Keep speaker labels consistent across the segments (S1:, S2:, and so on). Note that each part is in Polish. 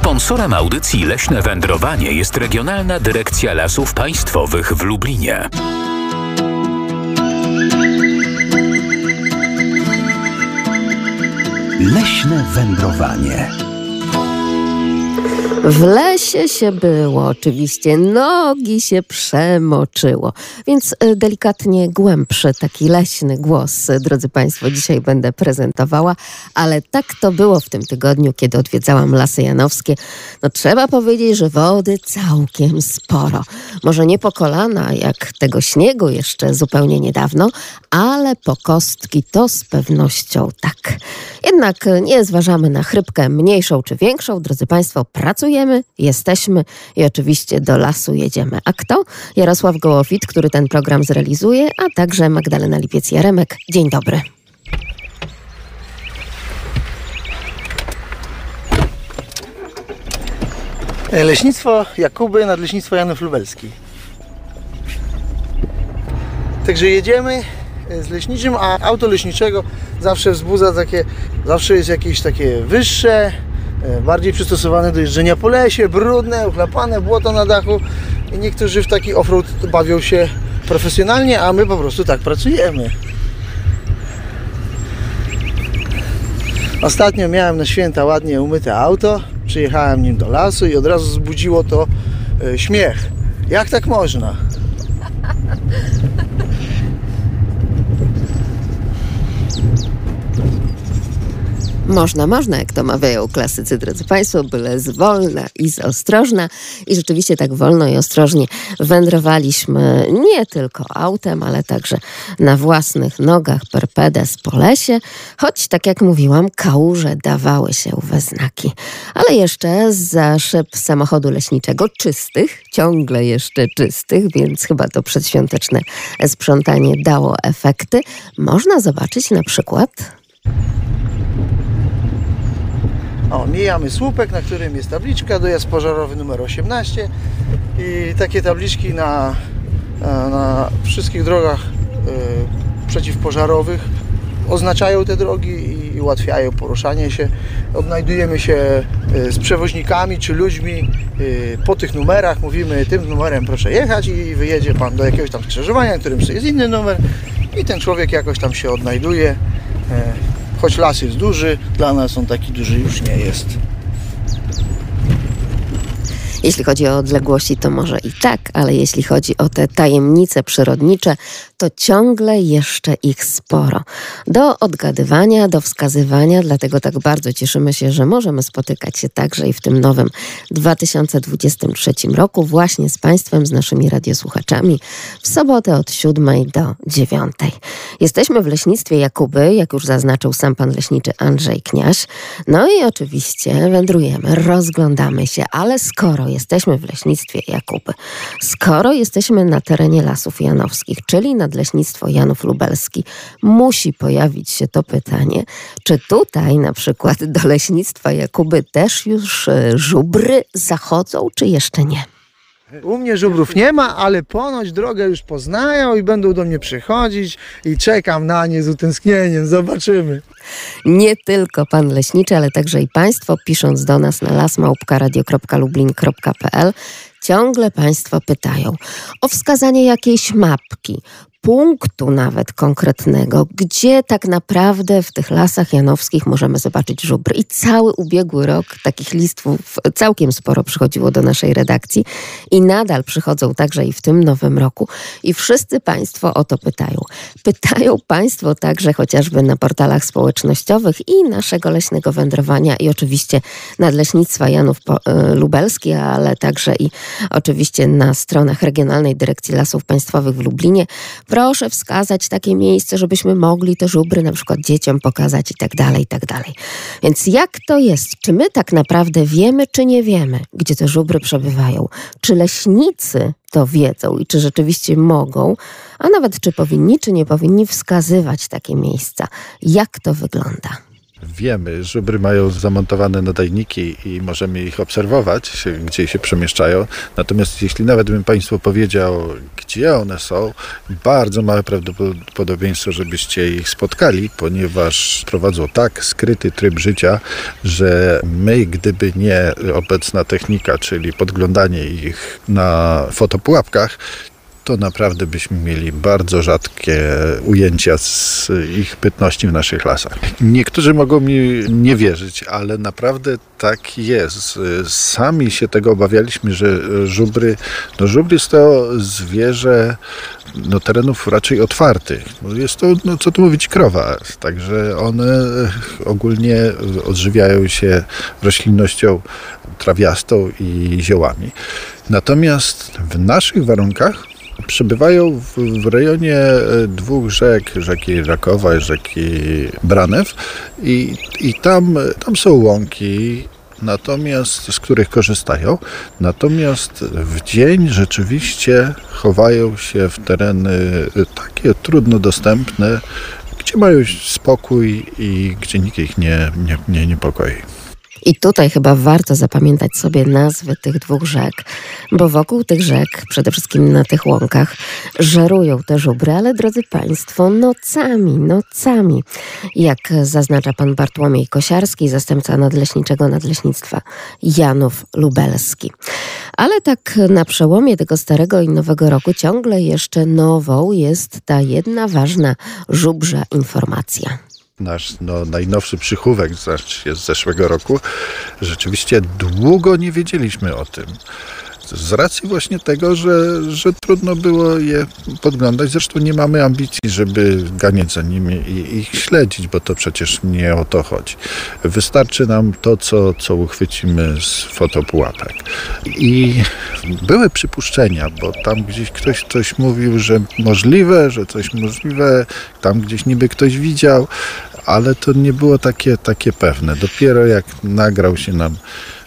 S1: Sponsorem audycji Leśne Wędrowanie jest Regionalna Dyrekcja Lasów Państwowych w Lublinie.
S2: Leśne wędrowanie.
S3: W lesie się było, oczywiście nogi się przemoczyło, więc delikatnie głębszy taki leśny głos, drodzy Państwo, dzisiaj będę prezentowała, ale tak to było w tym tygodniu, kiedy odwiedzałam Lasy Janowskie. No trzeba powiedzieć, że wody całkiem sporo. Może nie po kolana, jak tego śniegu jeszcze zupełnie niedawno, ale po kostki to z pewnością tak. Jednak nie zważamy na chrypkę mniejszą czy większą, drodzy Państwo, pracujemy, jesteśmy i oczywiście do lasu jedziemy. A kto? Jarosław Gołowit, który ten program zrealizuje, a także Magdalena Lipiec-Jaremek. Dzień dobry.
S4: Leśnictwo Jakuby, Nadleśnictwo Janów Lubelski. Także jedziemy z leśniczym, a auto leśniczego zawsze wzbudza zawsze jest jakieś takie wyższe, bardziej przystosowane do jeżdżenia po lesie, brudne, uchlapane, błoto na dachu i niektórzy w taki offroad bawią się profesjonalnie, a my po prostu tak pracujemy. Ostatnio miałem na święta ładnie umyte auto, przyjechałem nim do lasu i od razu wzbudziło to śmiech. Jak tak można?
S3: Można, jak to mawiają klasycy, drodzy Państwo, byle zwolna i ostrożna. I rzeczywiście tak wolno i ostrożnie wędrowaliśmy nie tylko autem, ale także na własnych nogach per pedes po lesie, choć tak jak mówiłam, kałuże dawały się we znaki. Ale jeszcze za szyb samochodu leśniczego czystych, ciągle jeszcze czystych, więc chyba to przedświąteczne sprzątanie dało efekty, można zobaczyć na przykład...
S4: Mijamy słupek, na którym jest tabliczka, dojazd pożarowy numer 18 i takie tabliczki na wszystkich drogach przeciwpożarowych oznaczają te drogi i ułatwiają poruszanie się. Odnajdujemy się z przewoźnikami czy ludźmi po tych numerach, mówimy tym numerem proszę jechać i wyjedzie Pan do jakiegoś tam skrzyżowania, na którym jest inny numer i ten człowiek jakoś tam się odnajduje. Choć las jest duży, dla nas on taki duży już nie jest.
S3: Jeśli chodzi o odległości, to może i tak, ale jeśli chodzi o te tajemnice przyrodnicze, to ciągle jeszcze ich sporo. Do odgadywania, do wskazywania, dlatego tak bardzo cieszymy się, że możemy spotykać się także i w tym nowym 2023 roku właśnie z Państwem, z naszymi radiosłuchaczami w sobotę od 7 do 9. Jesteśmy w leśnictwie Jakuby, jak już zaznaczył sam pan leśniczy Andrzej Kniaś. No i oczywiście wędrujemy, rozglądamy się, ale skoro jesteśmy w leśnictwie Jakuby, skoro jesteśmy na terenie Lasów Janowskich, czyli Nadleśnictwo Janów Lubelski, musi pojawić się to pytanie, czy tutaj na przykład do leśnictwa Jakuby też już żubry zachodzą, czy jeszcze nie?
S4: U mnie żubrów nie ma, ale ponoć drogę już poznają i będą do mnie przychodzić i czekam na nie z utęsknieniem, zobaczymy.
S3: Nie tylko pan leśniczy, ale także i Państwo, pisząc do nas na lasmałpka.radio.lublin.pl, ciągle Państwo pytają o wskazanie jakiejś mapki, punktu nawet konkretnego, gdzie tak naprawdę w tych Lasach Janowskich możemy zobaczyć żubry. I cały ubiegły rok takich listów całkiem sporo przychodziło do naszej redakcji i nadal przychodzą także i w tym nowym roku. I wszyscy Państwo o to pytają. Pytają Państwo także chociażby na portalach społecznościowych i naszego leśnego wędrowania i oczywiście Nadleśnictwa Janów Lubelski, ale także i oczywiście na stronach Regionalnej Dyrekcji Lasów Państwowych w Lublinie. Proszę wskazać takie miejsce, żebyśmy mogli te żubry na przykład dzieciom pokazać i tak dalej, i tak dalej. Więc jak to jest? Czy my tak naprawdę wiemy, czy nie wiemy, gdzie te żubry przebywają? Czy leśnicy to wiedzą i czy rzeczywiście mogą, a nawet czy powinni, czy nie powinni wskazywać takie miejsca? Jak to wygląda?
S5: wiemy, żubry mają zamontowane nadajniki i możemy ich obserwować, gdzie się przemieszczają. Natomiast jeśli nawet bym Państwu powiedział, gdzie one są, bardzo małe prawdopodobieństwo, żebyście ich spotkali, ponieważ prowadzą tak skryty tryb życia, że my, gdyby nie obecna technika, czyli podglądanie ich na fotopułapkach, to naprawdę byśmy mieli bardzo rzadkie ujęcia z ich bytności w naszych lasach. Niektórzy mogą mi nie wierzyć, ale naprawdę tak jest. Sami się tego obawialiśmy, że żubry jest to zwierzę terenów raczej otwartych. Jest to, co tu mówić, krowa. Także one ogólnie odżywiają się roślinnością trawiastą i ziołami. Natomiast w naszych warunkach przebywają w rejonie dwóch rzek, rzeki Rakowa i rzeki Branew i tam są łąki, z których korzystają. Natomiast w dzień rzeczywiście chowają się w tereny takie trudno dostępne, gdzie mają spokój i gdzie nikt ich nie niepokoi.
S3: I tutaj chyba warto zapamiętać sobie nazwy tych dwóch rzek, bo wokół tych rzek, przede wszystkim na tych łąkach, żerują te żubry, ale drodzy Państwo, nocami. Jak zaznacza pan Bartłomiej Kosiarski, zastępca nadleśniczego Nadleśnictwa Janów Lubelski. Ale tak na przełomie tego starego i nowego roku ciągle jeszcze nową jest ta jedna ważna żubrzia informacja.
S5: Nasz najnowszy przychówek jest z zeszłego roku. Rzeczywiście długo nie wiedzieliśmy o tym. Z racji właśnie tego, że trudno było je podglądać. Zresztą nie mamy ambicji, żeby ganiać za nimi i ich śledzić, bo to przecież nie o to chodzi. Wystarczy nam to, co uchwycimy z fotopułapek. I były przypuszczenia, bo tam gdzieś ktoś coś mówił, że coś możliwe, tam gdzieś niby ktoś widział, ale to nie było takie pewne. Dopiero jak nagrał się nam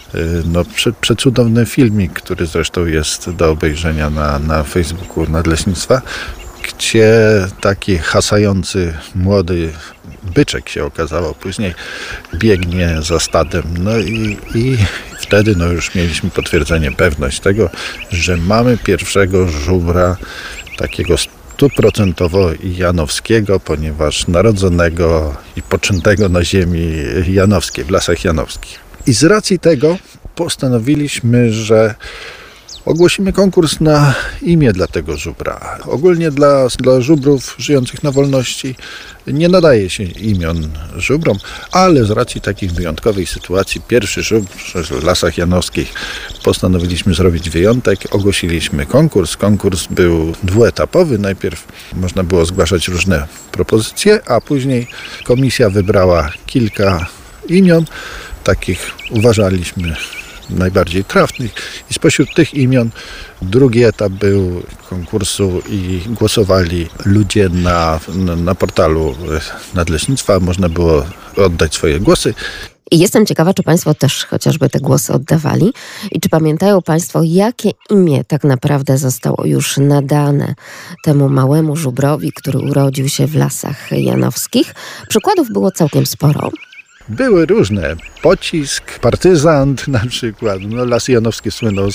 S5: przecudowny filmik, który zresztą jest do obejrzenia na Facebooku Nadleśnictwa, gdzie taki hasający młody byczek się okazało później, biegnie za stadem. I wtedy już mieliśmy potwierdzenie, pewność tego, że mamy pierwszego żubra takiego 100% janowskiego, ponieważ narodzonego i poczętego na ziemi janowskiej, w Lasach Janowskich. I z racji tego postanowiliśmy, że ogłosimy konkurs na imię dla tego żubra. Ogólnie dla żubrów żyjących na wolności nie nadaje się imion żubrom, ale z racji takiej wyjątkowej sytuacji, pierwszy żubr w Lasach Janowskich, postanowiliśmy zrobić wyjątek. Ogłosiliśmy konkurs. Konkurs był dwuetapowy. Najpierw można było zgłaszać różne propozycje, a później komisja wybrała kilka imion, takich uważaliśmy najbardziej trafnych, i spośród tych imion drugi etap był konkursu i głosowali ludzie na portalu Nadleśnictwa. Można było oddać swoje głosy.
S3: I jestem ciekawa, czy Państwo też chociażby te głosy oddawali i czy pamiętają Państwo, jakie imię tak naprawdę zostało już nadane temu małemu żubrowi, który urodził się w Lasach Janowskich. Przykładów było całkiem sporo.
S5: Były różne. Pocisk, partyzant na przykład. Lasy Janowskie słyną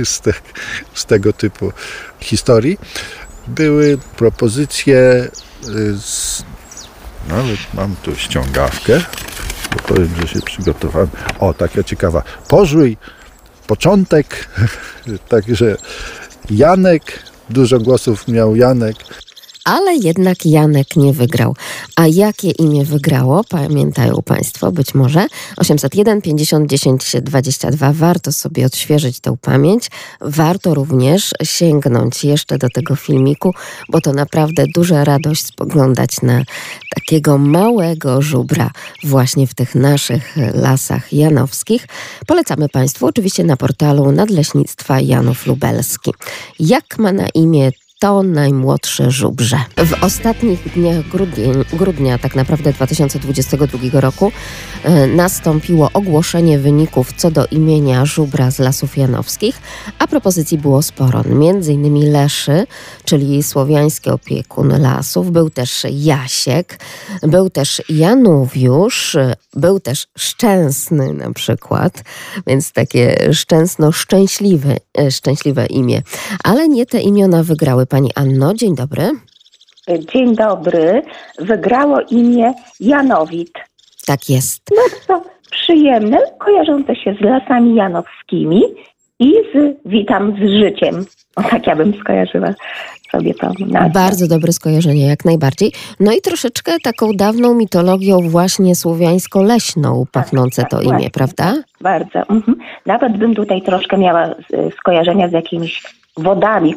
S5: z tego typu historii. Były propozycje nawet mam tu ściągawkę, bo powiem, że się przygotowałem. Taka ciekawa. Pożuj, początek. Także Janek, dużo głosów miał Janek.
S3: Ale jednak Janek nie wygrał. A jakie imię wygrało? Pamiętają Państwo być może? 801 50 10 22. Warto sobie odświeżyć tę pamięć. Warto również sięgnąć jeszcze do tego filmiku, bo to naprawdę duża radość spoglądać na takiego małego żubra właśnie w tych naszych Lasach Janowskich. Polecamy Państwu oczywiście na portalu Nadleśnictwa Janów Lubelski. Jak ma na imię to najmłodsze żubrze. W ostatnich dniach grudnia tak naprawdę 2022 roku nastąpiło ogłoszenie wyników co do imienia żubra z Lasów Janowskich, a propozycji było sporo. Między innymi Leszy, czyli słowiański opiekun lasów, był też Jasiek, był też Januwiusz, był też Szczęsny na przykład, więc takie szczęśliwe imię. Ale nie te imiona wygrały. Pani Anno, dzień dobry.
S6: Dzień dobry. Wygrało imię Janowit.
S3: Tak jest.
S6: No to przyjemne, kojarzące się z Lasami Janowskimi i witam z życiem. O, tak ja bym skojarzyła sobie tą nazwę.
S3: Bardzo dobre skojarzenie, jak najbardziej. No i troszeczkę taką dawną mitologią właśnie słowiańsko-leśną pachnące to imię,
S6: właśnie,
S3: prawda?
S6: Bardzo. Nawet bym tutaj troszkę miała skojarzenia z jakimiś wodami,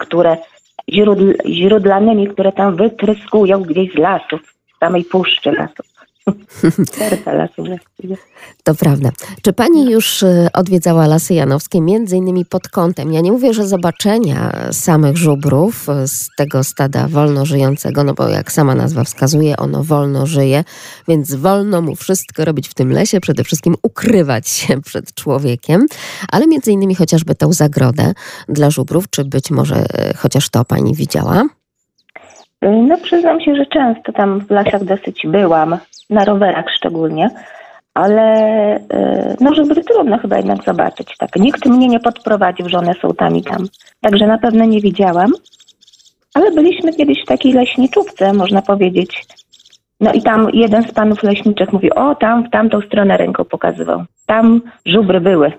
S6: źródlanymi, które tam wytryskują gdzieś z lasów, z samej puszczy lasów. Serca lasów.
S3: To prawda. Czy pani już odwiedzała Lasy Janowskie, między innymi pod kątem, ja nie mówię, że zobaczenia samych żubrów z tego stada wolno żyjącego, no bo jak sama nazwa wskazuje, ono wolno żyje, więc wolno mu wszystko robić w tym lesie, przede wszystkim ukrywać się przed człowiekiem, ale między innymi chociażby tą zagrodę dla żubrów, czy być może chociaż to pani widziała?
S6: No przyznam się, że często tam w lasach dosyć byłam, na rowerach szczególnie, ale no żubry trudno chyba jednak zobaczyć. Tak. Nikt mnie nie podprowadził, że one są tam i tam. Także na pewno nie widziałam, ale byliśmy kiedyś w takiej leśniczówce, można powiedzieć. No i tam jeden z panów leśniczych mówi, o tam w tamtą stronę ręką pokazywał. Tam żubry były.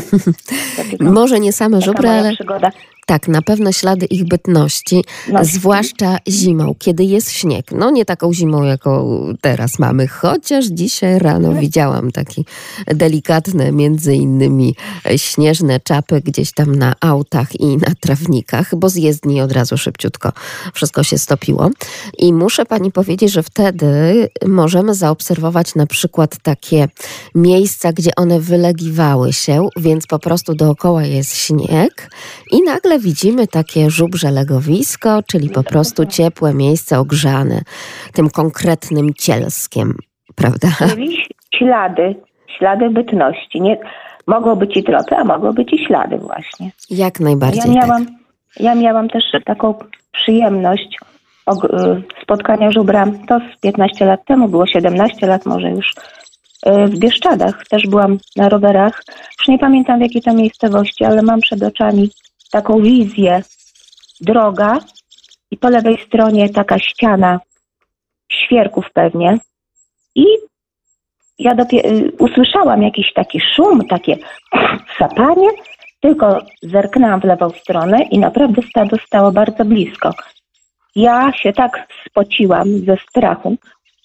S3: Może nie same żubry, ale
S6: przygoda.
S3: Tak, na pewno ślady ich bytności, zwłaszcza zimą, kiedy jest śnieg. No nie taką zimą, jaką teraz mamy, chociaż dzisiaj rano widziałam takie delikatne, między innymi śnieżne czapy gdzieś tam na autach i na trawnikach, bo z jezdni od razu szybciutko wszystko się stopiło. I muszę pani powiedzieć, że wtedy możemy zaobserwować na przykład takie miejsca, gdzie one wylegiwały się, więc po prostu dookoła jest śnieg i nagle widzimy takie żubrze legowisko, czyli po prostu ciepłe miejsce ogrzane tym konkretnym cielskiem, prawda?
S6: Czyli ślady bytności. Nie, mogło być i tropy, a mogło być i ślady właśnie.
S3: Jak najbardziej
S6: Ja miałam też taką przyjemność spotkania żubra, to z 15 lat temu, było 17 lat może już, w Bieszczadach. Też byłam na rowerach. Już nie pamiętam w jakiej to miejscowości, ale mam przed oczami taką wizję. Droga i po lewej stronie taka ściana świerków pewnie. I ja usłyszałam jakiś taki szum, takie sapanie, tylko zerknęłam w lewą stronę i naprawdę stado stało bardzo blisko. Ja się tak spociłam ze strachu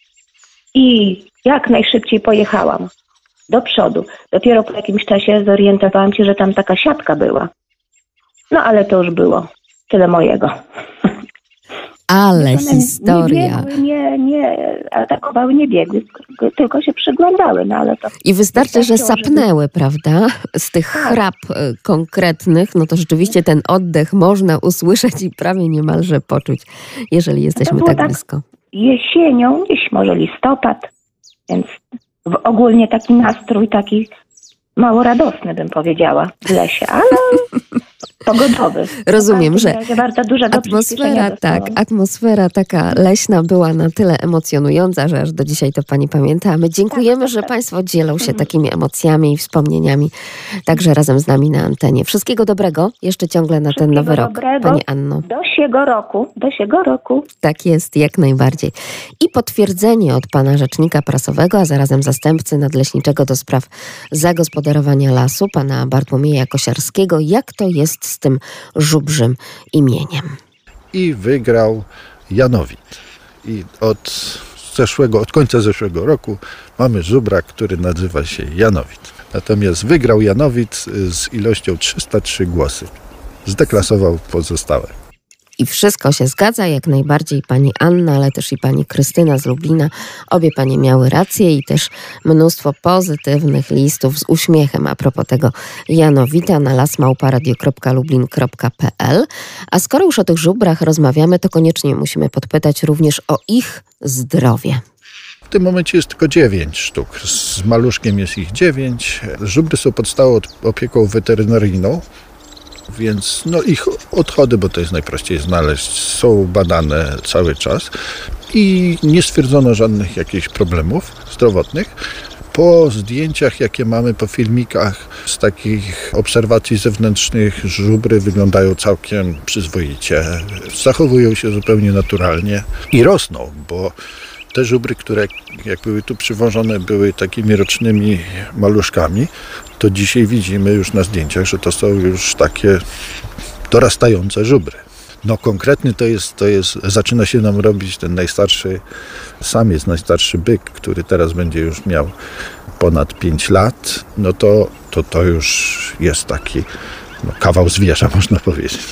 S6: i jak najszybciej pojechałam do przodu. Dopiero po jakimś czasie zorientowałam się, że tam taka siatka była. No ale to już było tyle mojego.
S3: Ale historia.
S6: Nie atakowały, nie biegły, tylko się przyglądały. No, ale to
S3: I wystarczy, że sapnęły, prawda? Z tych chrap konkretnych, no to rzeczywiście ten oddech można usłyszeć i prawie niemalże poczuć, jeżeli jesteśmy tak blisko.
S6: Jesienią, gdzieś może listopad, więc ogólnie taki nastrój, taki mało radosny, bym powiedziała, w lesie, ale pogodowy.
S3: Rozumiem, że
S6: bardzo duża
S3: atmosfera taka leśna była na tyle emocjonująca, że aż do dzisiaj to pani pamięta. My dziękujemy, że państwo dzielą się takimi emocjami i wspomnieniami, także razem z nami na antenie. Wszystkiego dobrego jeszcze ciągle na ten nowy rok, pani Anno.
S6: Do siego roku.
S3: Tak jest, jak najbardziej. I potwierdzenie od pana rzecznika prasowego, a zarazem zastępcy nadleśniczego do spraw zagospodarowania lasu, pana Bartłomieja Kosiarskiego, jak to jest z tym żubrzym imieniem.
S5: I wygrał Janowit. I od końca zeszłego roku mamy żubra, który nazywa się Janowit. Natomiast wygrał Janowit z ilością 303 głosy. Zdeklasował pozostałe.
S3: I wszystko się zgadza, jak najbardziej pani Anna, ale też i pani Krystyna z Lublina. Obie panie miały rację i też mnóstwo pozytywnych listów z uśmiechem a propos tego Janowita na lasmałparadio.lublin.pl. A skoro już o tych żubrach rozmawiamy, to koniecznie musimy podpytać również o ich zdrowie.
S5: W tym momencie jest tylko 9 sztuk. Z maluszkiem jest ich 9. Żubry są pod stałą opieką weterynaryjną, więc ich odchody, bo to jest najprościej znaleźć, są badane cały czas i nie stwierdzono żadnych jakichś problemów zdrowotnych. Po zdjęciach, jakie mamy, po filmikach z takich obserwacji zewnętrznych, żubry wyglądają całkiem przyzwoicie. Zachowują się zupełnie naturalnie i rosną, bo te żubry, które jak były tu przywożone, były takimi rocznymi maluszkami, to dzisiaj widzimy już na zdjęciach, że to są już takie dorastające żubry. Konkretny to jest, zaczyna się nam robić ten najstarszy samiec, najstarszy byk, który teraz będzie już miał ponad 5 lat, to już jest taki kawał zwierza, można powiedzieć.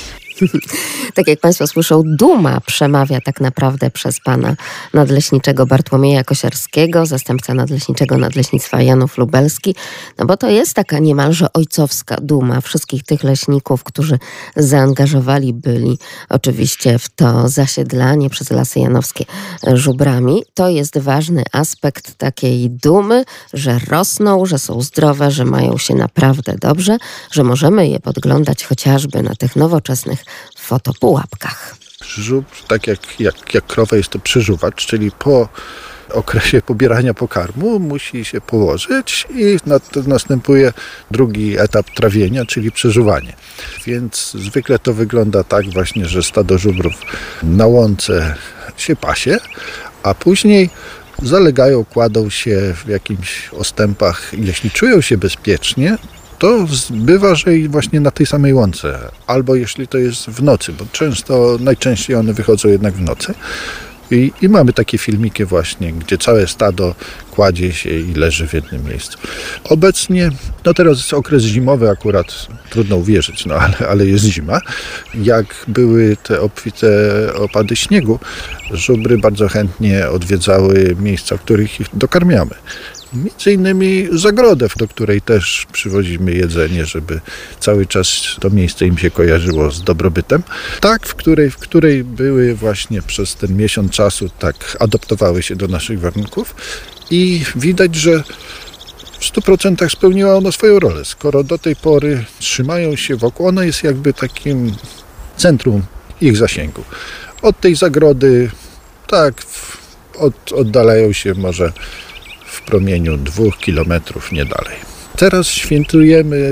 S3: Tak jak państwo słyszą, duma przemawia tak naprawdę przez pana nadleśniczego Bartłomieja Kosiarskiego, zastępca nadleśniczego Nadleśnictwa Janów Lubelski, bo to jest taka niemalże ojcowska duma wszystkich tych leśników, którzy zaangażowali byli oczywiście w to zasiedlanie przez Lasy Janowskie żubrami. To jest ważny aspekt takiej dumy, że rosną, że są zdrowe, że mają się naprawdę dobrze, że możemy je podglądać chociażby na tych nowoczesnych fotopułapkach.
S5: Żubr, tak jak krowa, jest to przeżuwacz, czyli po okresie pobierania pokarmu musi się położyć i następuje drugi etap trawienia, czyli przeżuwanie. Więc zwykle to wygląda tak właśnie, że stado żubrów na łące się pasie, a później zalegają, kładą się w jakichś ostępach. Jeśli czują się bezpiecznie, to bywa, że i właśnie na tej samej łące, albo jeśli to jest w nocy, bo najczęściej one wychodzą jednak w nocy. I mamy takie filmiki właśnie, gdzie całe stado kładzie się i leży w jednym miejscu. Obecnie, teraz jest okres zimowy akurat, trudno uwierzyć, ale jest zima. Jak były te obfite opady śniegu, żubry bardzo chętnie odwiedzały miejsca, w których ich dokarmiamy. Między innymi zagrodę, do której też przywozimy jedzenie, żeby cały czas to miejsce im się kojarzyło z dobrobytem. Tak, w której były właśnie przez ten miesiąc czasu, tak adaptowały się do naszych warunków i widać, że w 100% spełniła ona swoją rolę. Skoro do tej pory trzymają się wokół, ona jest jakby takim centrum ich zasięgu. Od tej zagrody tak oddalają się może w promieniu 2 kilometrów, nie dalej. Teraz świętujemy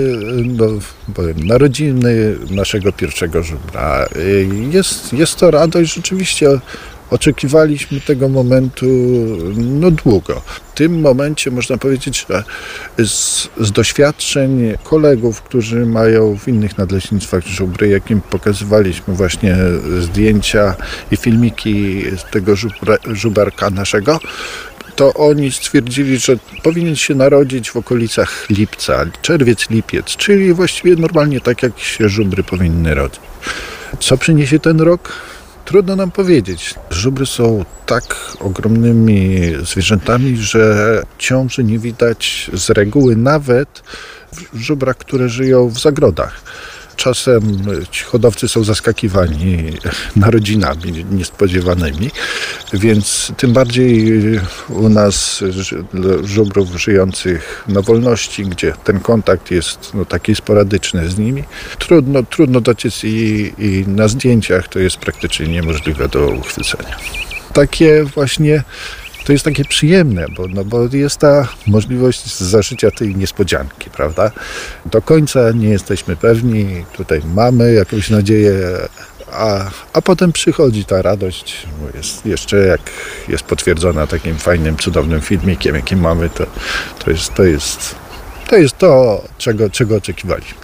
S5: narodziny naszego pierwszego żubra. Jest to radość, rzeczywiście oczekiwaliśmy tego momentu długo. W tym momencie można powiedzieć, że z doświadczeń kolegów, którzy mają w innych nadleśnictwach żubry, jakim pokazywaliśmy właśnie zdjęcia i filmiki z tego żuberka naszego, to oni stwierdzili, że powinien się narodzić w okolicach lipca, czerwiec, lipiec, czyli właściwie normalnie tak, jak się żubry powinny rodzić. Co przyniesie ten rok? Trudno nam powiedzieć. Żubry są tak ogromnymi zwierzętami, że ciąży nie widać z reguły nawet w żubrach, które żyją w zagrodach. Czasem ci hodowcy są zaskakiwani narodzinami niespodziewanymi, więc tym bardziej u nas żubrów żyjących na wolności, gdzie ten kontakt jest taki sporadyczny z nimi, trudno dociec i na zdjęciach to jest praktycznie niemożliwe do uchwycenia. Takie właśnie to jest takie przyjemne, bo jest ta możliwość zażycia tej niespodzianki, prawda? Do końca nie jesteśmy pewni, tutaj mamy jakąś nadzieję, a potem przychodzi ta radość. Jest jeszcze jak jest potwierdzona takim fajnym, cudownym filmikiem, jaki mamy, to jest to, czego oczekiwaliśmy.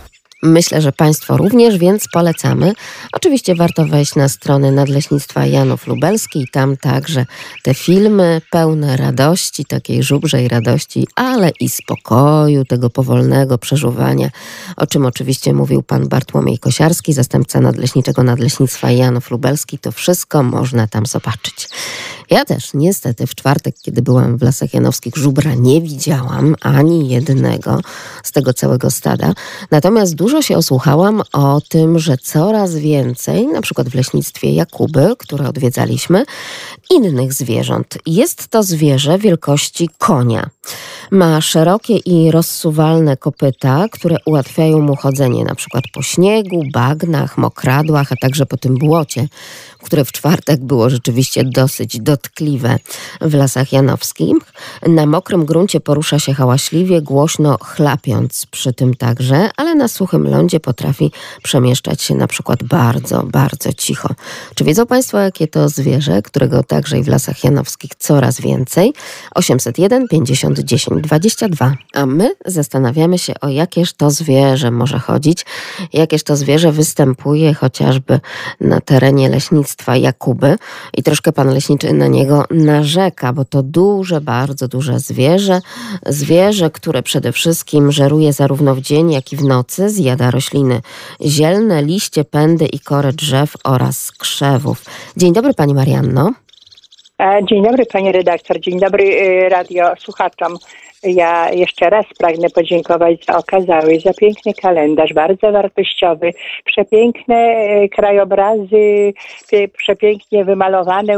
S3: Myślę, że Państwo również, więc polecamy. Oczywiście warto wejść na strony Nadleśnictwa Janów Lubelski. Tam także te filmy pełne radości, takiej żubrzej radości, ale i spokoju, tego powolnego przeżuwania, o czym oczywiście mówił pan Bartłomiej Kosiarski, zastępca nadleśniczego Nadleśnictwa Janów Lubelski. To wszystko można tam zobaczyć. Ja też niestety w czwartek, kiedy byłam w Lasach Janowskich, żubra nie widziałam, ani jednego z tego całego stada. Natomiast dużo się osłuchałam o tym, że coraz więcej, na przykład w leśnictwie Jakuby, które odwiedzaliśmy, innych zwierząt. Jest to zwierzę wielkości konia. Ma szerokie i rozsuwalne kopyta, które ułatwiają mu chodzenie na przykład po śniegu, bagnach, mokradłach, a także po tym błocie, które w czwartek było rzeczywiście dosyć dotkliwe w Lasach Janowskich. Na mokrym gruncie porusza się hałaśliwie, głośno chlapiąc przy tym także, ale na suchym lądzie potrafi przemieszczać się na przykład bardzo, bardzo cicho. Czy wiedzą Państwo, jakie to zwierzę, którego także i w Lasach Janowskich coraz więcej? 801 50 10 22. A my zastanawiamy się, o jakież to zwierzę może chodzić, jakież to zwierzę występuje chociażby na terenie leśnictwa Jakuby i troszkę pan leśniczy na niego narzeka, bo to duże, bardzo duże zwierzę, które przede wszystkim żeruje zarówno w dzień, jak i w nocy, zjada rośliny zielne, liście, pędy i korę drzew oraz krzewów. Dzień dobry pani Marianno.
S7: Dzień dobry pani redaktor, dzień dobry radiosłuchaczom. Ja jeszcze raz pragnę podziękować za okazały, za piękny kalendarz, bardzo wartościowy, przepiękne krajobrazy, przepięknie wymalowane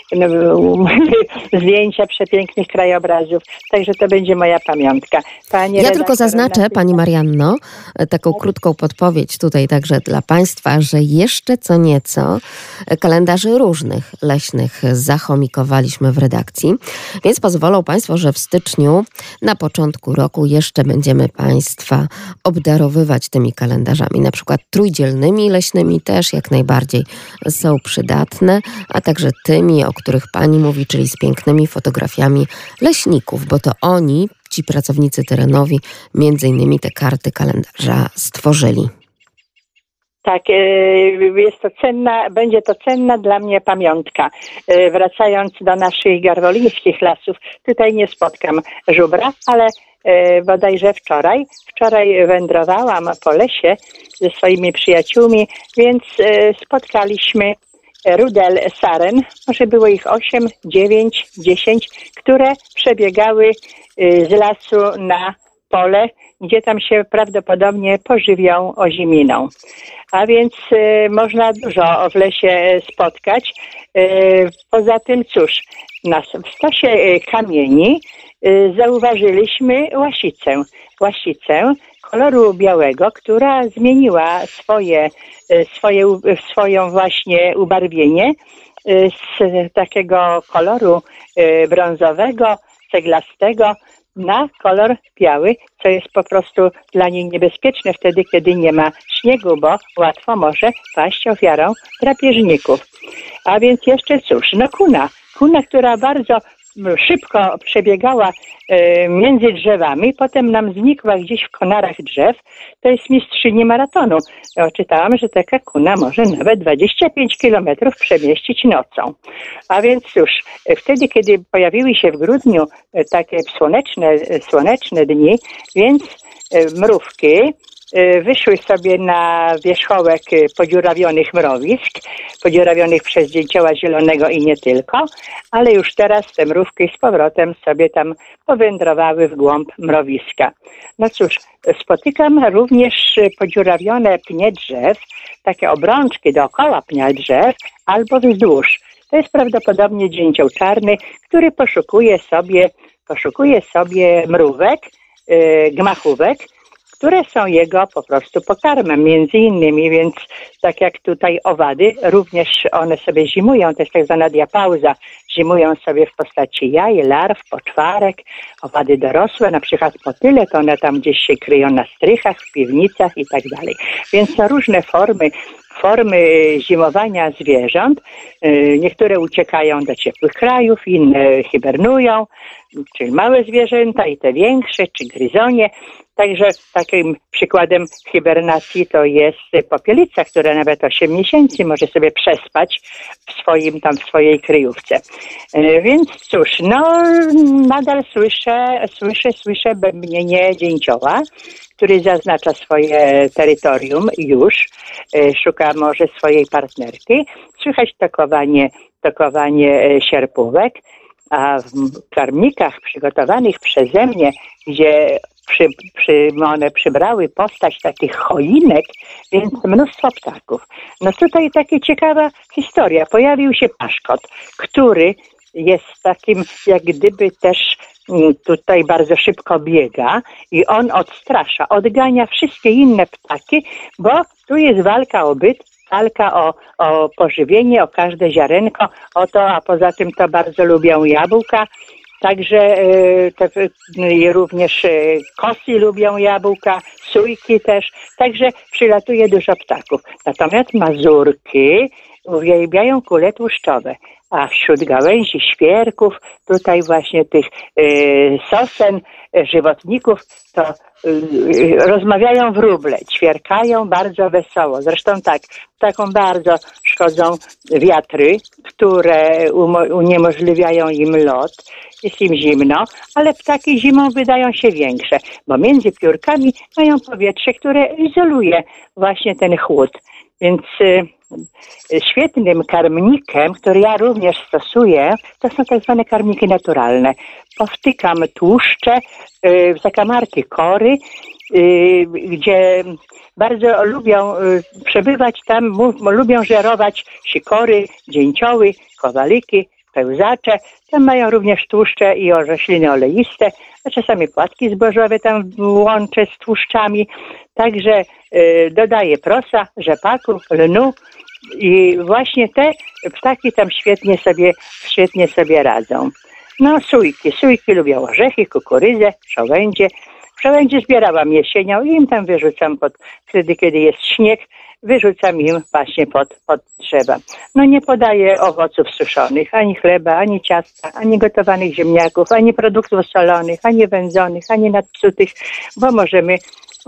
S7: zdjęcia przepięknych krajobrazów. Także to będzie moja pamiątka.
S3: Ja tylko zaznaczę, pani Marianno, taką krótką podpowiedź tutaj także dla Państwa, że jeszcze co nieco kalendarzy różnych leśnych zachomikowaliśmy w redakcji, więc pozwolą Państwo, że w styczniu na początku roku jeszcze będziemy Państwa obdarowywać tymi kalendarzami, na przykład trójdzielnymi leśnymi też jak najbardziej są przydatne, a także tymi, o których Pani mówi, czyli z pięknymi fotografiami leśników, bo to oni, ci pracownicy terenowi, między innymi te karty kalendarza stworzyli.
S7: Tak, będzie to cenna dla mnie pamiątka. Wracając do naszych garwolińskich lasów, tutaj nie spotkam żubra, ale bodajże wczoraj wędrowałam po lesie ze swoimi przyjaciółmi, więc spotkaliśmy rudel saren, może było ich 8, 9, 10, które przebiegały z lasu na pole, gdzie tam się prawdopodobnie pożywią oziminą. A więc można dużo w lesie spotkać. Poza tym, cóż, w stosie kamieni zauważyliśmy łasicę koloru białego, która zmieniła swoją właśnie ubarwienie z takiego koloru brązowego, ceglastego na kolor biały, co jest po prostu dla niej niebezpieczne wtedy, kiedy nie ma śniegu, bo łatwo może paść ofiarą drapieżników. A więc jeszcze cóż, kuna, która bardzo szybko przebiegała między drzewami, potem nam znikła gdzieś w konarach drzew. To jest mistrzyni maratonu. Czytałam, że taka kuna może nawet 25 kilometrów przemieścić nocą. A więc cóż, wtedy, kiedy pojawiły się w grudniu takie słoneczne dni, więc mrówki wyszły sobie na wierzchołek podziurawionych mrowisk, podziurawionych przez dzięcioła zielonego i nie tylko, ale już teraz te mrówki z powrotem sobie tam powędrowały w głąb mrowiska. No cóż, spotykam również podziurawione pnie drzew, takie obrączki dookoła pnia drzew albo wzdłuż. To jest prawdopodobnie dzięcioł czarny, który poszukuje sobie mrówek, gmachówek, które są jego po prostu pokarmem, między innymi, więc tak jak tutaj owady, również one sobie zimują, to jest tak zwana diapauza, zimują sobie w postaci jaj, larw, poczwarek, owady dorosłe, na przykład motyle, to one tam gdzieś się kryją na strychach, w piwnicach i tak dalej. Więc są różne formy zimowania zwierząt. Niektóre uciekają do ciepłych krajów, inne hibernują, czyli małe zwierzęta i te większe, czy gryzonie. Także takim przykładem hibernacji to jest popielica, która nawet 8 miesięcy może sobie przespać w swojej kryjówce. Więc cóż, nadal słyszę bębnienie dzięcioła, który zaznacza swoje terytorium już, szuka może swojej partnerki. Słychać tokowanie sierpówek, a w karmnikach przygotowanych przeze mnie, gdzie one przybrały postać takich choinek, więc mnóstwo ptaków. No tutaj taka ciekawa historia. Pojawił się paszkot, który jest takim jak gdyby też tutaj bardzo szybko biega i on odstrasza, odgania wszystkie inne ptaki, bo tu jest walka o byt, walka o pożywienie, o każde ziarenko, a poza tym to bardzo lubią jabłka. Także również kosy lubią jabłka, sójki też, także przylatuje dużo ptaków. Natomiast mazurki uwielbiają kule tłuszczowe, a wśród gałęzi świerków, tutaj właśnie tych sosen, żywotników, to rozmawiają wróble, ćwierkają bardzo wesoło. Zresztą taką bardzo szkodzą wiatry, które uniemożliwiają im lot. Jest im zimno, ale ptaki zimą wydają się większe, bo między piórkami mają powietrze, które izoluje właśnie ten chłód. Więc świetnym karmnikiem, który ja również stosuję, to są tak zwane karmniki naturalne. Powtykam tłuszcze w zakamarki kory, gdzie bardzo lubią przebywać tam, lubią żerować sikory, dzięcioły, kowaliki, pełzacze. Tam mają również tłuszcze i rośliny oleiste, a czasami płatki zbożowe tam łączę z tłuszczami. Także dodaję prosa, rzepaku, lnu i właśnie te ptaki tam świetnie sobie radzą. No sójki lubią orzechy, kukurydzę, Przełędzie zbierałam jesienią i im tam wyrzucam wtedy, kiedy jest śnieg, wyrzucam im właśnie pod drzewa. No nie podaję owoców suszonych, ani chleba, ani ciasta, ani gotowanych ziemniaków, ani produktów solonych, ani wędzonych, ani nadpsutych, bo możemy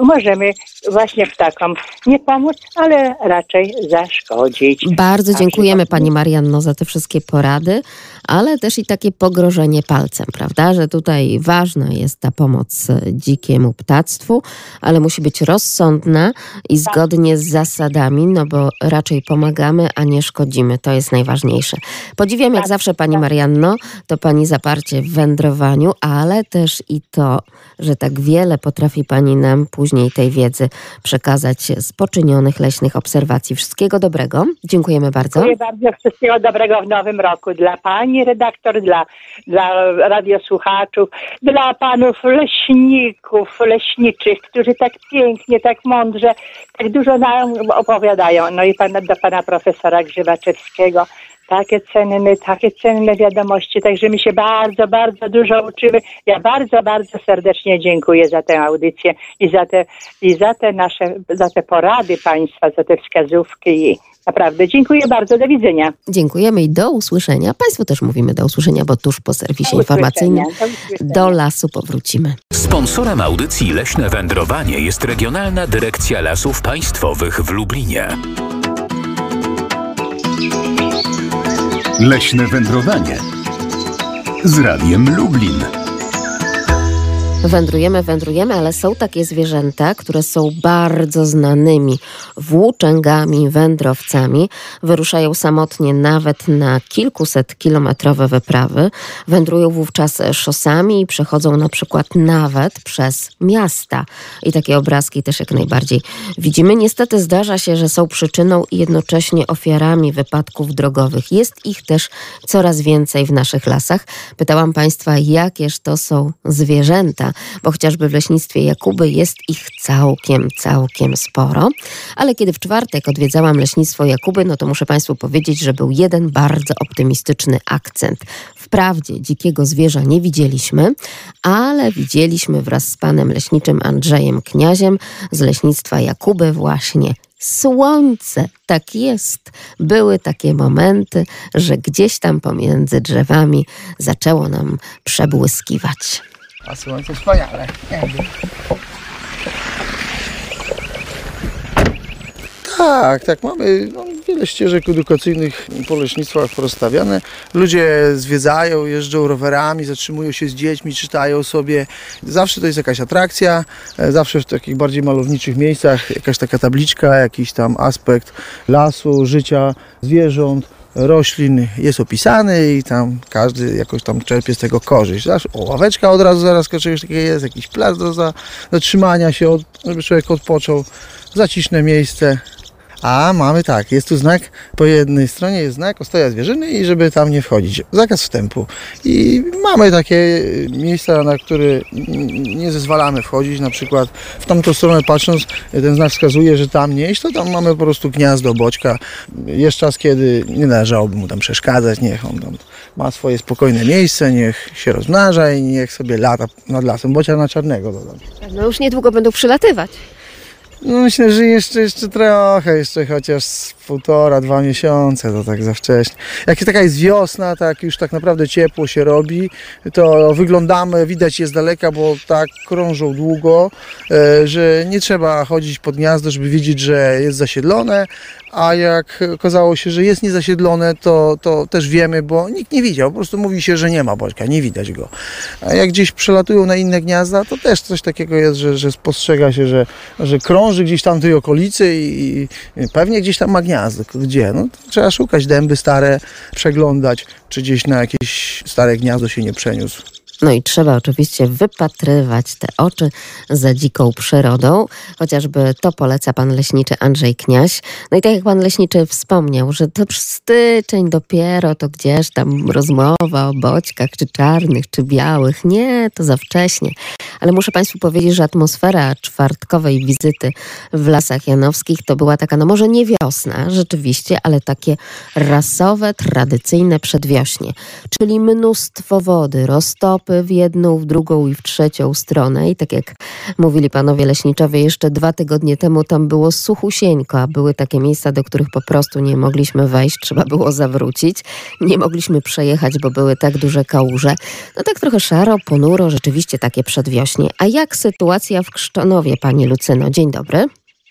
S7: właśnie ptakom nie pomóc, ale raczej zaszkodzić.
S3: Bardzo dziękujemy Pani Marianno za te wszystkie porady, ale też i takie pogrożenie palcem, prawda, że tutaj ważna jest ta pomoc dzikiemu ptactwu, ale musi być rozsądna i zgodnie z zasadami, no bo raczej pomagamy, a nie szkodzimy. To jest najważniejsze. Podziwiam jak zawsze Pani Marianno, to Pani zaparcie w wędrowaniu, ale też i to, że tak wiele potrafi Pani nam później tej wiedzy przekazać z poczynionych leśnych obserwacji. Wszystkiego dobrego. Dziękujemy bardzo.
S7: Dziękuję bardzo. Wszystkiego dobrego w nowym roku dla Pani redaktor, dla radiosłuchaczów, dla panów leśników, leśniczych, którzy tak pięknie, tak mądrze, tak dużo nam opowiadają. No i do pana profesora Grzywaczewskiego. Takie cenne wiadomości, także my się bardzo, bardzo dużo uczymy. Ja bardzo, bardzo serdecznie dziękuję za tę audycję i za te porady Państwa, za te wskazówki. Naprawdę dziękuję bardzo, do widzenia.
S3: Dziękujemy i do usłyszenia. Państwu też mówimy do usłyszenia, bo tuż po serwisie informacyjnym do lasu powrócimy.
S1: Sponsorem audycji Leśne Wędrowanie jest Regionalna Dyrekcja Lasów Państwowych w Lublinie.
S2: Leśne wędrowanie z Radiem Lublin.
S3: Wędrujemy, ale są takie zwierzęta, które są bardzo znanymi włóczęgami, wędrowcami. Wyruszają samotnie nawet na kilkusetkilometrowe wyprawy. Wędrują wówczas szosami i przechodzą na przykład nawet przez miasta. I takie obrazki też jak najbardziej widzimy. Niestety zdarza się, że są przyczyną i jednocześnie ofiarami wypadków drogowych. Jest ich też coraz więcej w naszych lasach. Pytałam Państwa, jakież to są zwierzęta. lata, bo chociażby w leśnictwie Jakuby jest ich całkiem sporo. Ale kiedy w czwartek odwiedzałam leśnictwo Jakuby, no to muszę Państwu powiedzieć, że był jeden bardzo optymistyczny akcent. Wprawdzie dzikiego zwierza nie widzieliśmy, ale widzieliśmy wraz z panem leśniczym Andrzejem Kniaziem z leśnictwa Jakuby właśnie słońce. Tak jest. Były takie momenty, że gdzieś tam pomiędzy drzewami zaczęło nam przebłyskiwać.
S4: A słońce wspaniale. Tak, mamy wiele ścieżek edukacyjnych po leśnictwach porozstawiane. Ludzie zwiedzają, jeżdżą rowerami, zatrzymują się z dziećmi, czytają sobie. Zawsze to jest jakaś atrakcja, zawsze w takich bardziej malowniczych miejscach jakaś taka tabliczka, jakiś tam aspekt lasu, życia, zwierząt, roślin jest opisany i tam każdy jakoś tam czerpie z tego korzyść. Ławeczka od razu zaraz czegoś takiego jest, jakiś plac do zatrzymania się, żeby człowiek odpoczął, zaciszne miejsce. A mamy tak, jest tu znak, po jednej stronie jest znak ostoja zwierzyny i żeby tam nie wchodzić, zakaz wstępu. I mamy takie miejsca, na które nie zezwalamy wchodzić, na przykład w tamtą stronę patrząc, ten znak wskazuje, że tam nie iść, to tam mamy po prostu gniazdo boćka. Jest czas, kiedy nie należałoby mu tam przeszkadzać, niech on tam ma swoje spokojne miejsce, niech się rozmnaża i niech sobie lata nad lasem, bocia na czarnego dodam.
S3: No już niedługo będą przylatywać.
S4: No myślę, że jeszcze trochę, jeszcze chociaż 1,5–2 miesiące, to tak za wcześnie. Jak taka jest wiosna, tak już tak naprawdę ciepło się robi, to wyglądamy, widać je z daleka, bo tak krążą długo, że nie trzeba chodzić pod gniazdo, żeby widzieć, że jest zasiedlone, a jak okazało się, że jest niezasiedlone, to też wiemy, bo nikt nie widział, po prostu mówi się, że nie ma boćka, nie widać go. A jak gdzieś przelatują na inne gniazda, to też coś takiego jest, że spostrzega się, że krąży gdzieś tam w tej okolicy i pewnie gdzieś tam ma gniazdo. Gdzie? No, trzeba szukać, dęby stare, przeglądać, czy gdzieś na jakieś stare gniazdo się nie przeniósł.
S3: No i trzeba oczywiście wypatrywać te oczy za dziką przyrodą. Chociażby to poleca pan leśniczy Andrzej Kniaś. No i tak jak pan leśniczy wspomniał, że to styczeń dopiero, to gdzieś tam rozmowa o boćkach, czy czarnych, czy białych. Nie, to za wcześnie. Ale muszę Państwu powiedzieć, że atmosfera czwartkowej wizyty w Lasach Janowskich to była taka, no może nie wiosna rzeczywiście, ale takie rasowe, tradycyjne przedwiośnie. Czyli mnóstwo wody, roztopy w jedną, w drugą i w trzecią stronę. I tak jak mówili panowie leśniczowie, jeszcze 2 tygodnie temu tam było suchusieńko, a były takie miejsca, do których po prostu nie mogliśmy wejść, trzeba było zawrócić. Nie mogliśmy przejechać, bo były tak duże kałuże. No tak trochę szaro, ponuro, rzeczywiście takie przedwiośnie. A jak sytuacja w Krzczonowie, pani Lucyno? Dzień dobry.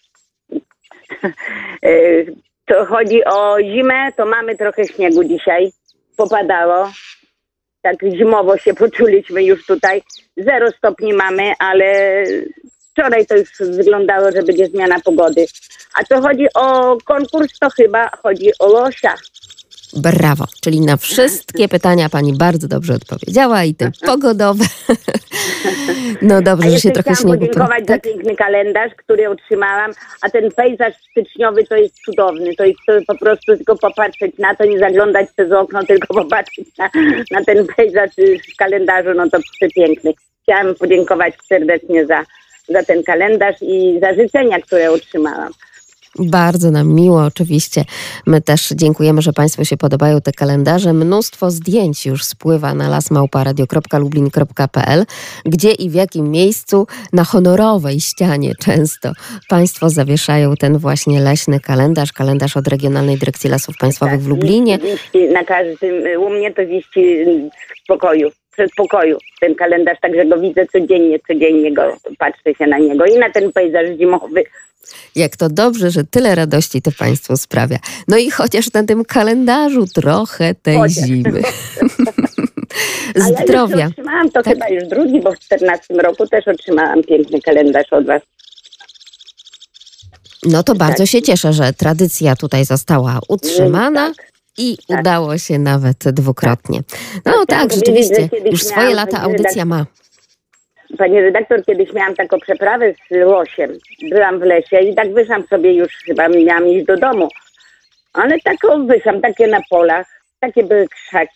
S8: To chodzi o zimę, to mamy trochę śniegu dzisiaj. Popadało. Tak zimowo się poczuliśmy już tutaj. 0 stopni mamy, ale wczoraj to już wyglądało, że będzie zmiana pogody. A co chodzi o konkurs, to chyba chodzi o losia.
S3: Brawo, czyli na wszystkie pytania pani bardzo dobrze odpowiedziała i te pogodowe. No dobrze, że się trochę śniegu...
S8: Chciałam podziękować za piękny kalendarz, który otrzymałam, a ten pejzaż styczniowy to jest cudowny. To jest po prostu tylko popatrzeć na to, nie zaglądać przez okno, tylko popatrzeć na ten pejzaż w kalendarzu, no to przepiękny. Chciałam podziękować serdecznie za ten kalendarz i za życzenia, które otrzymałam.
S3: Bardzo nam miło, oczywiście. My też dziękujemy, że Państwu się podobają te kalendarze. Mnóstwo zdjęć już spływa na lasmałpa.radio.lublin.pl, gdzie i w jakim miejscu na honorowej ścianie często Państwo zawieszają ten właśnie leśny kalendarz od Regionalnej Dyrekcji Lasów Państwowych w Lublinie.
S8: Wisi na każdym, u mnie to wisi w pokoju. Przedpokoju ten kalendarz, także go widzę codziennie go patrzę się na niego i na ten pejzaż zimowy.
S3: Jak to dobrze, że tyle radości to Państwu sprawia. No i chociaż na tym kalendarzu trochę tej zimy. Zdrowia.
S8: Ja już otrzymałam to chyba już drugi, bo w 2014 roku też otrzymałam piękny kalendarz od Was.
S3: No to bardzo się cieszę, że tradycja tutaj została utrzymana. I udało się nawet dwukrotnie. No tak, rzeczywiście, już swoje lata audycja ma.
S8: Pani redaktor, kiedyś miałam taką przeprawę z łosiem. Byłam w lesie i tak wyszłam sobie już, chyba miałam iść do domu. Ale taką wyszłam, takie na polach, takie były krzaki.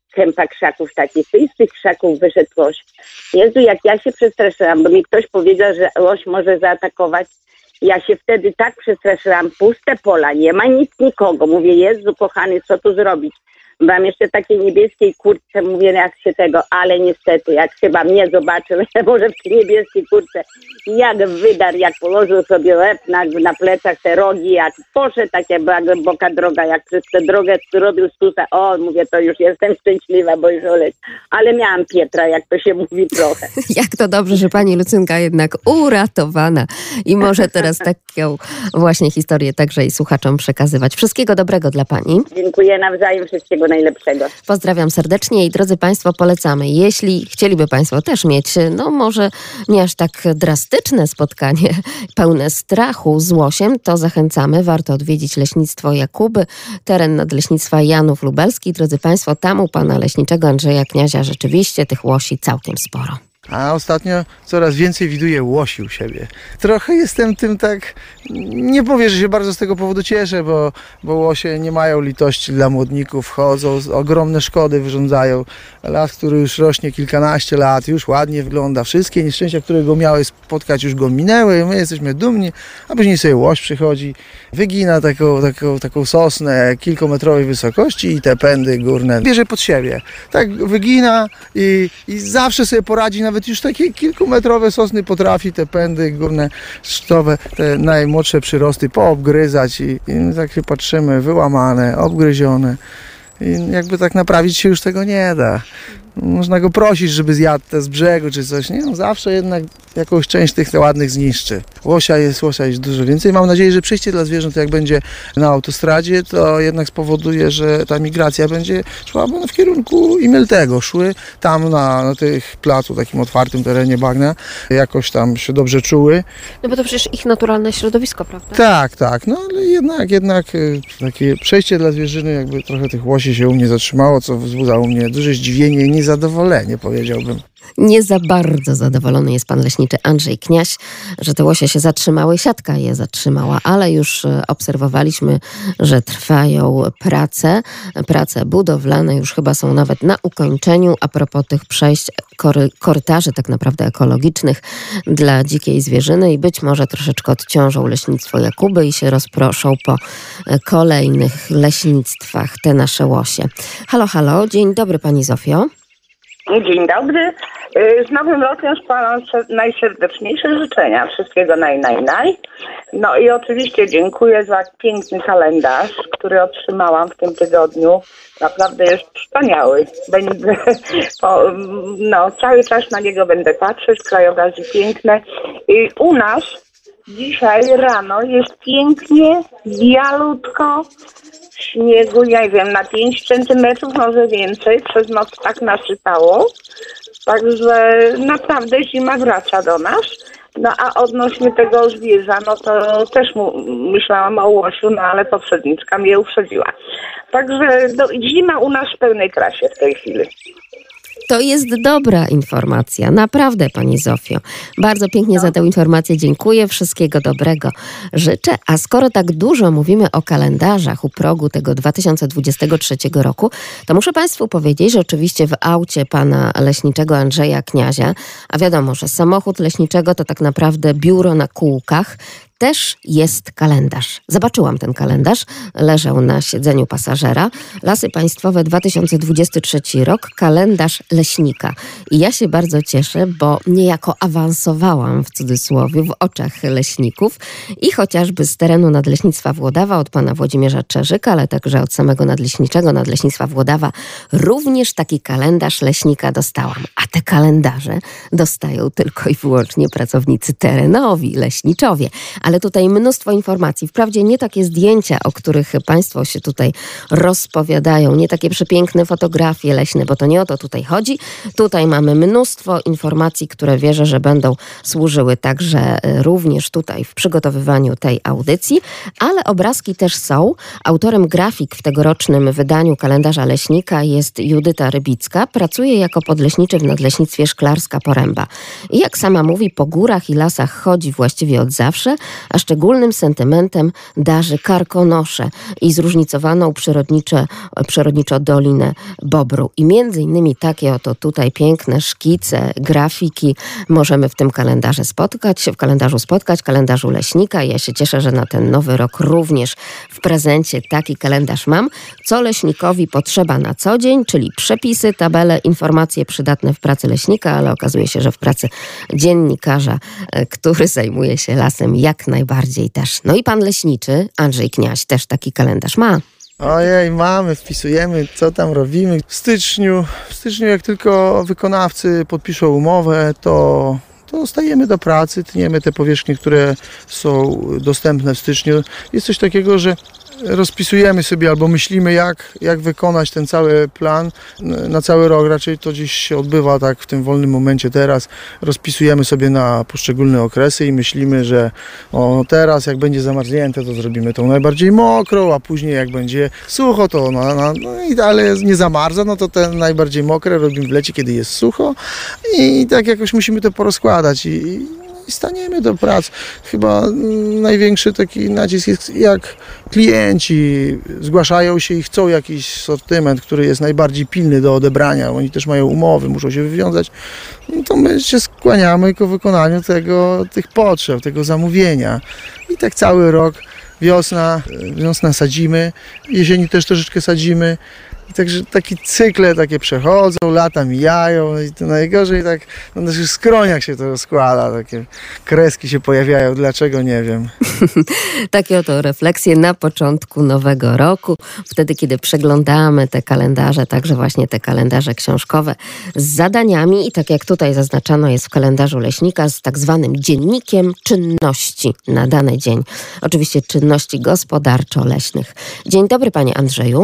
S8: kępa krzaków takich, to i z tych krzaków wyszedł łoś. Jezu, jak ja się przestraszyłam, bo mi ktoś powiedział, że łoś może zaatakować. Ja się wtedy tak przestraszyłam, puste pola, nie ma nic, nikogo. Mówię, Jezu kochany, co tu zrobić? Mam jeszcze takiej niebieskiej kurtce, mówię, jak się tego, ale niestety, jak chyba mnie zobaczył, może w tej niebieskiej kurtce, jak wydarł, jak położył sobie łeb na plecach te rogi, jak poszedł, taka była głęboka droga, jak przez tę drogę robił stusa, o, mówię, to już jestem szczęśliwa, bo już oleć. Ale miałam Pietra, jak to się mówi trochę.
S3: Jak to dobrze, że pani Lucynka jednak uratowana i może teraz taką właśnie historię także i słuchaczom przekazywać. Wszystkiego dobrego dla pani.
S8: Dziękuję nawzajem, wszystkiego najlepszego.
S3: Pozdrawiam serdecznie i drodzy Państwo, polecamy. Jeśli chcieliby Państwo też mieć, no może nie aż tak drastyczne spotkanie, pełne strachu z łosiem, to zachęcamy. Warto odwiedzić Leśnictwo Jakuby, teren Nadleśnictwa Janów Lubelskich. Drodzy Państwo, tam u pana leśniczego Andrzeja Kniazia rzeczywiście tych łosi całkiem sporo.
S4: A ostatnio coraz więcej widuję łosi u siebie. Trochę jestem tym tak, nie powiem, że się bardzo z tego powodu cieszę, bo łosie nie mają litości dla młodników, chodzą, ogromne szkody wyrządzają. Las, który już rośnie kilkanaście lat, już ładnie wygląda. Wszystkie nieszczęścia, które go miały spotkać, już go minęły. My jesteśmy dumni, a później sobie łoś przychodzi, wygina taką sosnę kilkumetrowej wysokości i te pędy górne bierze pod siebie. Tak wygina i zawsze sobie poradzi, nawet już takie kilkumetrowe sosny potrafi te pędy górne sztowe, te najmłodsze przyrosty poobgryzać i tak się patrzymy, wyłamane, obgryzione. I jakby tak naprawić się już tego nie da. Można go prosić, żeby zjadł te z brzegu czy coś. Nie, zawsze jednak jakąś część tych ładnych zniszczy. Łosia jest dużo więcej. Mam nadzieję, że przejście dla zwierząt, jak będzie na autostradzie, to jednak spowoduje, że ta migracja będzie szła w kierunku Imeltego. Szły tam na tych placu, takim otwartym terenie bagna, jakoś tam się dobrze czuły.
S3: No bo to przecież ich naturalne środowisko, prawda?
S4: Tak. No ale jednak takie przejście dla zwierzyny, jakby trochę tych łosi się u mnie zatrzymało, co wzbudza u mnie duże zdziwienie i niezadowolenie, powiedziałbym.
S3: Nie za bardzo zadowolony jest pan leśniczy Andrzej Kniaś, że te łosie się zatrzymały, siatka je zatrzymała, ale już obserwowaliśmy, że trwają prace budowlane, już chyba są nawet na ukończeniu. A propos tych przejść korytarzy tak naprawdę ekologicznych dla dzikiej zwierzyny i być może troszeczkę odciążą Leśnictwo Jakuby i się rozproszą po kolejnych leśnictwach te nasze łosie. Halo, dzień dobry pani Zofio.
S9: Dzień dobry. Z Nowym Rokiem składam najserdeczniejsze życzenia. Wszystkiego naj. No i oczywiście dziękuję za piękny kalendarz, który otrzymałam w tym tygodniu. Naprawdę jest wspaniały. Cały czas na niego będę patrzeć. Krajobrazy piękne. I u nas dzisiaj rano jest pięknie, bialutko. Śniegu, ja nie wiem, na 5 centymetrów, może więcej, przez noc tak nasypało. Także naprawdę zima wraca do nas. No a odnośnie tego zwierza, no to też myślałam o łosiu, no ale poprzedniczka mnie uprzedziła. Także zima u nas w pełnej krasie w tej chwili.
S3: To jest dobra informacja, naprawdę pani Zofio. Bardzo pięknie za tę informację dziękuję, wszystkiego dobrego życzę. A skoro tak dużo mówimy o kalendarzach u progu tego 2023 roku, to muszę państwu powiedzieć, że oczywiście w aucie pana leśniczego Andrzeja Kniazia, a wiadomo, że samochód leśniczego to tak naprawdę biuro na kółkach, też jest kalendarz. Zobaczyłam ten kalendarz, leżał na siedzeniu pasażera. Lasy Państwowe 2023 rok, kalendarz leśnika. I ja się bardzo cieszę, bo niejako awansowałam w cudzysłowie w oczach leśników i chociażby z terenu Nadleśnictwa Włodawa od pana Włodzimierza Czerzyka, ale także od samego nadleśniczego Nadleśnictwa Włodawa również taki kalendarz leśnika dostałam. A te kalendarze dostają tylko i wyłącznie pracownicy terenowi, leśniczowie. Ale tutaj mnóstwo informacji. Wprawdzie nie takie zdjęcia, o których państwo się tutaj rozpowiadają, nie takie przepiękne fotografie leśne, bo to nie o to tutaj chodzi. Tutaj mamy mnóstwo informacji, które wierzę, że będą służyły także również tutaj w przygotowywaniu tej audycji, ale obrazki też są. Autorem grafik w tegorocznym wydaniu kalendarza leśnika jest Judyta Rybicka. Pracuje jako podleśniczy w Nadleśnictwie Szklarska Poręba. I jak sama mówi, po górach i lasach chodzi właściwie od zawsze, a szczególnym sentymentem darzy Karkonosze i zróżnicowaną przyrodniczo Dolinę Bobru. I między innymi takie oto tutaj piękne szkice, grafiki możemy w tym kalendarzu spotkać, kalendarzu leśnika. Ja się cieszę, że na ten nowy rok również w prezencie taki kalendarz mam. Co leśnikowi potrzeba na co dzień, czyli przepisy, tabele, informacje przydatne w pracy leśnika, ale okazuje się, że w pracy dziennikarza, który zajmuje się lasem jak najbardziej też. No i pan leśniczy, Andrzej Kniaś, też taki kalendarz ma.
S4: Ojej, mamy, wpisujemy, co tam robimy. W styczniu jak tylko wykonawcy podpiszą umowę, to stajemy do pracy, tniemy te powierzchnie, które są dostępne w styczniu. Jest coś takiego, że rozpisujemy sobie albo myślimy, jak wykonać ten cały plan na cały rok. Raczej to gdzieś się odbywa tak w tym wolnym momencie teraz. Rozpisujemy sobie na poszczególne okresy i myślimy, że teraz jak będzie zamarznięte, to zrobimy tą najbardziej mokrą, a później jak będzie sucho, to ale nie zamarza, no to te najbardziej mokre robimy w lecie, kiedy jest sucho i tak jakoś musimy to porozkładać i staniemy do prac. Chyba największy taki nacisk jest, jak klienci zgłaszają się i chcą jakiś sortyment, który jest najbardziej pilny do odebrania. Oni też mają umowy, muszą się wywiązać. No to my się skłaniamy ku wykonaniu tych potrzeb, tego zamówienia. I tak cały rok, wiosna sadzimy, jesieni też troszeczkę sadzimy. I także takie cykle takie przechodzą, lata mijają i to najgorzej tak na naszych skroniach się to rozkłada, takie kreski się pojawiają, dlaczego nie wiem.
S3: Takie oto refleksje na początku nowego roku, wtedy kiedy przeglądamy te kalendarze, także właśnie te kalendarze książkowe z zadaniami i tak jak tutaj zaznaczano jest w kalendarzu leśnika z tak zwanym dziennikiem czynności na dany dzień. Oczywiście czynności gospodarczo-leśnych. Dzień dobry panie Andrzeju.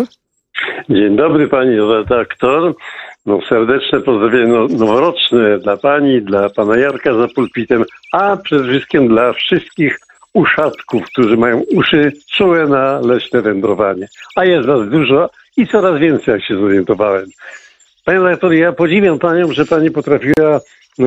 S10: Dzień dobry pani redaktor. Serdeczne pozdrowienie noworoczne dla pani, dla pana Jarka za pulpitem, a przede wszystkim dla wszystkich uszatków, którzy mają uszy czułe na leśne wędrowanie. A jest was dużo i coraz więcej, jak się zorientowałem. Panie redaktor, ja podziwiam panią, że pani potrafiła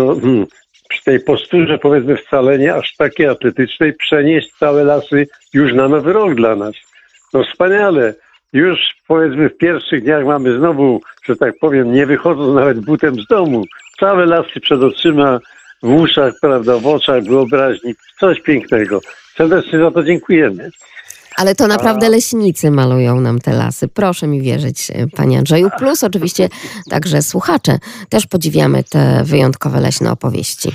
S10: przy tej posturze, powiedzmy wcale nie aż takiej atletycznej, przenieść całe lasy już na nowy rok dla nas. Wspaniale. Już powiedzmy w pierwszych dniach mamy znowu, że tak powiem, nie wychodząc nawet butem z domu. Całe lasy przed oczyma, w uszach, prawda, w oczach, wyobraźni. Coś pięknego. Serdecznie za to dziękujemy.
S3: Ale to naprawdę leśnicy malują nam te lasy. Proszę mi wierzyć, panie Andrzeju. Plus oczywiście także słuchacze. Też podziwiamy te wyjątkowe leśne opowieści.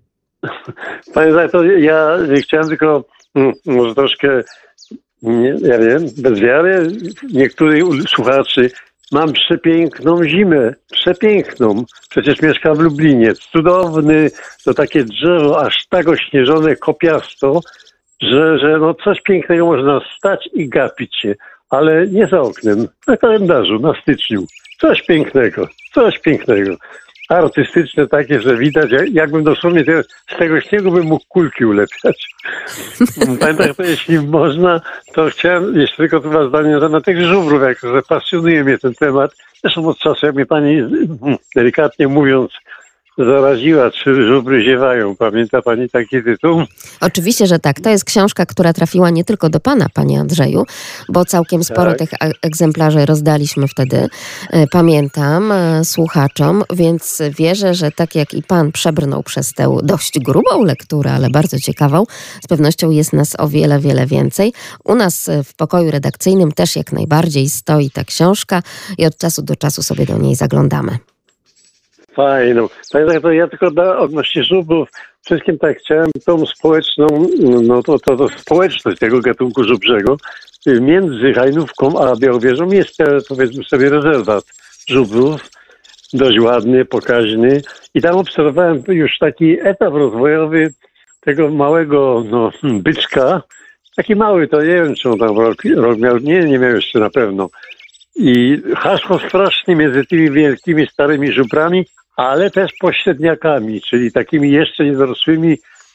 S10: Panie redaktor, ja chciałem tylko może troszkę ja wiem, bez wiary niektórych słuchaczy. Mam przepiękną zimę, przepiękną. Przecież mieszkam w Lublinie. Cudowny, to takie drzewo, aż tak ośnieżone, kopiasto, że coś pięknego można stać i gapić się. Ale nie za oknem, na kalendarzu, na styczniu. Coś pięknego. Artystyczne takie, że widać, jakbym dosłownie z tego śniegu bym mógł kulki ulepiać. Pamiętam, że jeśli można, to chciałem jeszcze tylko dwa zdania na temat tych żubrów, że pasjonuje mnie ten temat. Zresztą od czasu, jak mnie pani delikatnie mówiąc zaraziła, czy żubry ziewają. Pamięta pani taki tytuł?
S3: Oczywiście, że tak. To jest książka, która trafiła nie tylko do pana, panie Andrzeju, bo całkiem sporo tych egzemplarzy rozdaliśmy wtedy. Pamiętam słuchaczom, więc wierzę, że tak jak i pan przebrnął przez tę dość grubą lekturę, ale bardzo ciekawą, z pewnością jest nas o wiele, wiele więcej. U nas w pokoju redakcyjnym też jak najbardziej stoi ta książka i od czasu do czasu sobie do niej zaglądamy.
S10: Fajną. To ja tylko odnośnie żubrów, wszystkim tak chciałem tą społeczną, to społeczność tego gatunku żubrzego między Hajnówką a Białowieżą jest, powiedzmy sobie, rezerwat żubrów, dość ładny, pokaźny i tam obserwowałem już taki etap rozwojowy tego małego byczka, taki mały, to nie wiem, czy on tam rok miał, nie miał jeszcze na pewno. I hasło strasznie między tymi wielkimi, starymi żubrami, ale też pośredniakami, czyli takimi jeszcze niedorosłymi,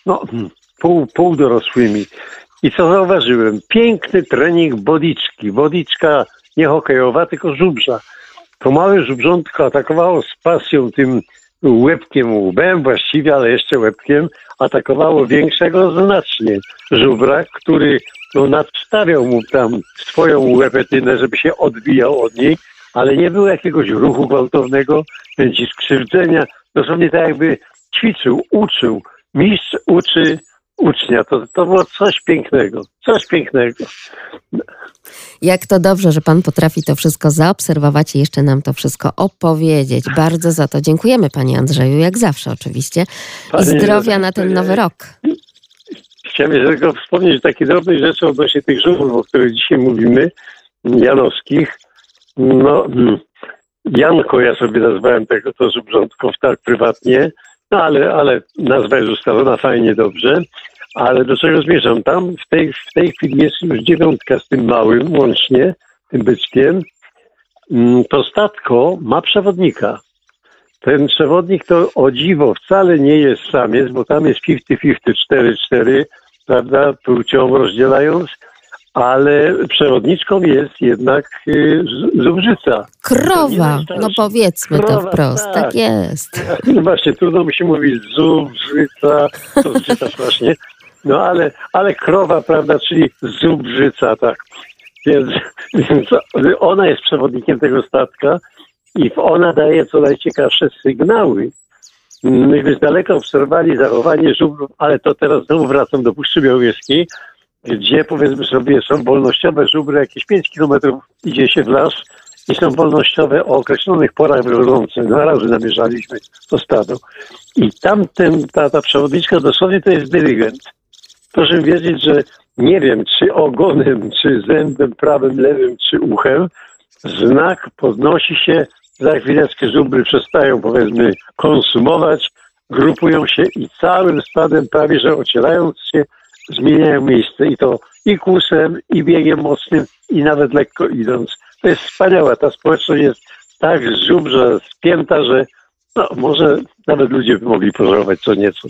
S10: półdorosłymi. I co zauważyłem? Piękny trening bodiczki. Bodiczka nie hokejowa, tylko żubrza. To małe żubrzątko atakowało z pasją tym łebkiem łbem właściwie, ale jeszcze łebkiem atakowało większego znacznie żubra, który nadstawiał mu tam swoją łepetynę, żeby się odbijał od niej, ale nie było jakiegoś ruchu gwałtownego, czy skrzywdzenia. Dosłownie tak jakby ćwiczył, uczył. Mistrz uczy ucznia. To było coś pięknego. Coś pięknego.
S3: Jak to dobrze, że pan potrafi to wszystko zaobserwować i jeszcze nam to wszystko opowiedzieć. Bardzo za to dziękujemy, panie Andrzeju, jak zawsze oczywiście. I zdrowia na ten nowy rok.
S10: Chciałem jeszcze tylko wspomnieć takiej drobnej rzeczy odnośnie tych żubrów, o których dzisiaj mówimy, janowskich. Janko ja sobie nazwałem to żubrzątko tak prywatnie, ale nazwa jest ustalona fajnie, dobrze. Ale do czego zmierzam? Tam w tej chwili jest już 9 z tym małym łącznie, tym byczkiem. To statko ma przewodnika. Ten przewodnik to o dziwo wcale nie jest samiec, bo tam jest 50-50, 4-4, prawda, płcią rozdzielając, ale przewodniczką jest jednak zubrzyca.
S3: Krowa, powiedzmy krowa, to wprost, tak jest.
S10: No właśnie, trudno mi się mówić zubrzyca, to zbrzyca strasznie, ale krowa, prawda, czyli zubrzyca, tak. Więc ona jest przewodnikiem tego statka i ona daje co najciekawsze sygnały. Myśmy z daleka obserwowali zachowanie żubrów, ale to teraz znowu wracam do Puszczy Białowieskiej, gdzie powiedzmy sobie są wolnościowe żubry, jakieś 5 kilometrów idzie się w las i są wolnościowe o określonych porach wychodzące. 2 razy namierzaliśmy to stado. I ta przewodniczka dosłownie to jest dyrygent. Proszę wiedzieć, że nie wiem, czy ogonem, czy zębem prawym, lewym, czy uchem, znak podnosi się, za chwileczkę żubry przestają, powiedzmy, konsumować, grupują się i całym stadem, prawie że ocierając się, zmieniają miejsce. I to i kłusem, i biegiem mocnym, i nawet lekko idąc. To jest wspaniałe. Ta społeczność jest tak żubrze spięta, że może nawet ludzie by mogli pożałować co nieco.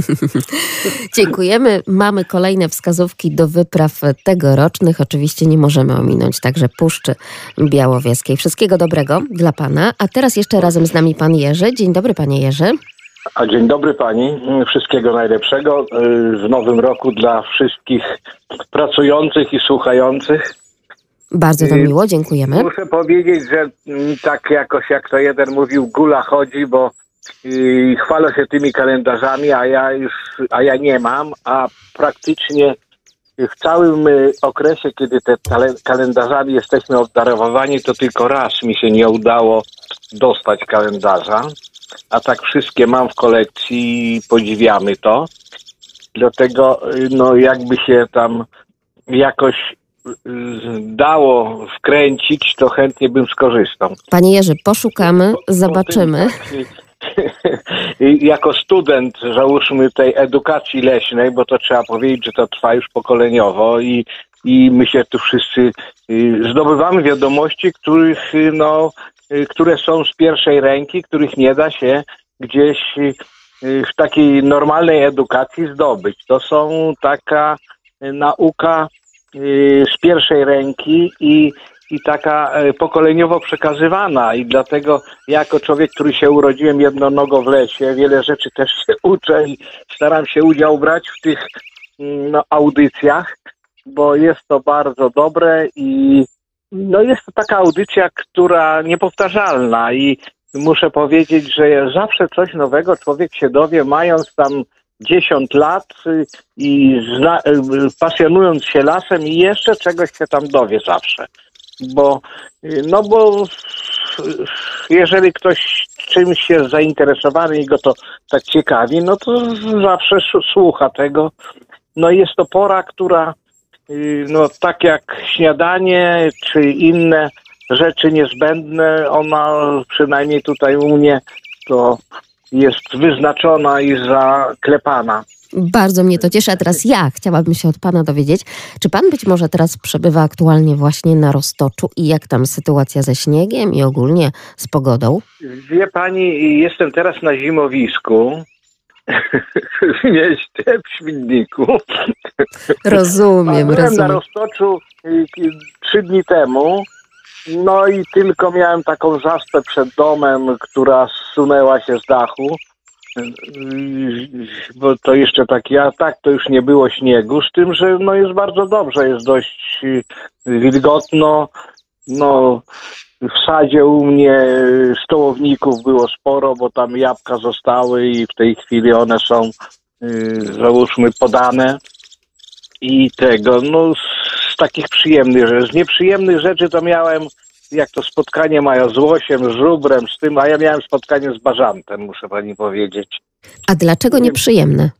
S3: Dziękujemy. Mamy kolejne wskazówki do wypraw tegorocznych. Oczywiście nie możemy ominąć także Puszczy Białowieskiej. Wszystkiego dobrego dla pana. A teraz jeszcze razem z nami pan Jerzy. Dzień dobry, panie Jerzy.
S11: A dzień dobry pani. Wszystkiego najlepszego w nowym roku dla wszystkich pracujących i słuchających.
S3: Bardzo to miło, dziękujemy.
S11: Muszę powiedzieć, że tak jakoś jak to jeden mówił, gula chodzi, bo chwalę się tymi kalendarzami, a ja nie mam, a praktycznie w całym okresie, kiedy te kalendarzami jesteśmy obdarowani, to tylko raz mi się nie udało dostać kalendarza, a tak wszystkie mam w kolekcji i podziwiamy to. Dlatego jakby się tam jakoś dało wkręcić, to chętnie bym skorzystał.
S3: Panie Jerzy, poszukamy, zobaczymy.
S11: Jako student, załóżmy, tej edukacji leśnej, bo to trzeba powiedzieć, że to trwa już pokoleniowo i my się tu wszyscy zdobywamy wiadomości, które są z pierwszej ręki, których nie da się gdzieś w takiej normalnej edukacji zdobyć. To są taka nauka z pierwszej ręki i taka pokoleniowo przekazywana i dlatego jako człowiek, który się urodziłem jednonogo w lesie, wiele rzeczy też się uczę i staram się udział brać w tych audycjach, bo jest to bardzo dobre i jest to taka audycja, która niepowtarzalna i muszę powiedzieć, że zawsze coś nowego człowiek się dowie, mając tam 10 lat i pasjonując się lasem i jeszcze czegoś się tam dowie zawsze. Bo jeżeli ktoś czymś jest zainteresowany i go to tak ciekawi, to zawsze słucha tego. Jest to pora, która tak jak śniadanie czy inne rzeczy niezbędne, ona przynajmniej tutaj u mnie to jest wyznaczona i zaklepana.
S3: Bardzo mnie to cieszy, a teraz ja chciałabym się od pana dowiedzieć, czy pan być może teraz przebywa aktualnie właśnie na Roztoczu i jak tam sytuacja ze śniegiem i ogólnie z pogodą?
S11: Wie pani, jestem teraz na zimowisku w mieście, w Świdniku.
S3: Rozumiem.
S11: Byłem na Roztoczu 3 dni temu No i tylko miałem taką zaspę przed domem, która zsunęła się z dachu. Bo to jeszcze to już nie było śniegu, z tym, że no jest bardzo dobrze, jest dość wilgotno. No w sadzie u mnie stołowników było sporo, bo tam jabłka zostały i w tej chwili one są załóżmy podane. I no z takich przyjemnych rzeczy, z nieprzyjemnych rzeczy to miałem, jak to spotkanie mają z łosiem, z żubrem, z tym, a ja miałem spotkanie z bażantem, muszę pani powiedzieć.
S3: A dlaczego nieprzyjemne?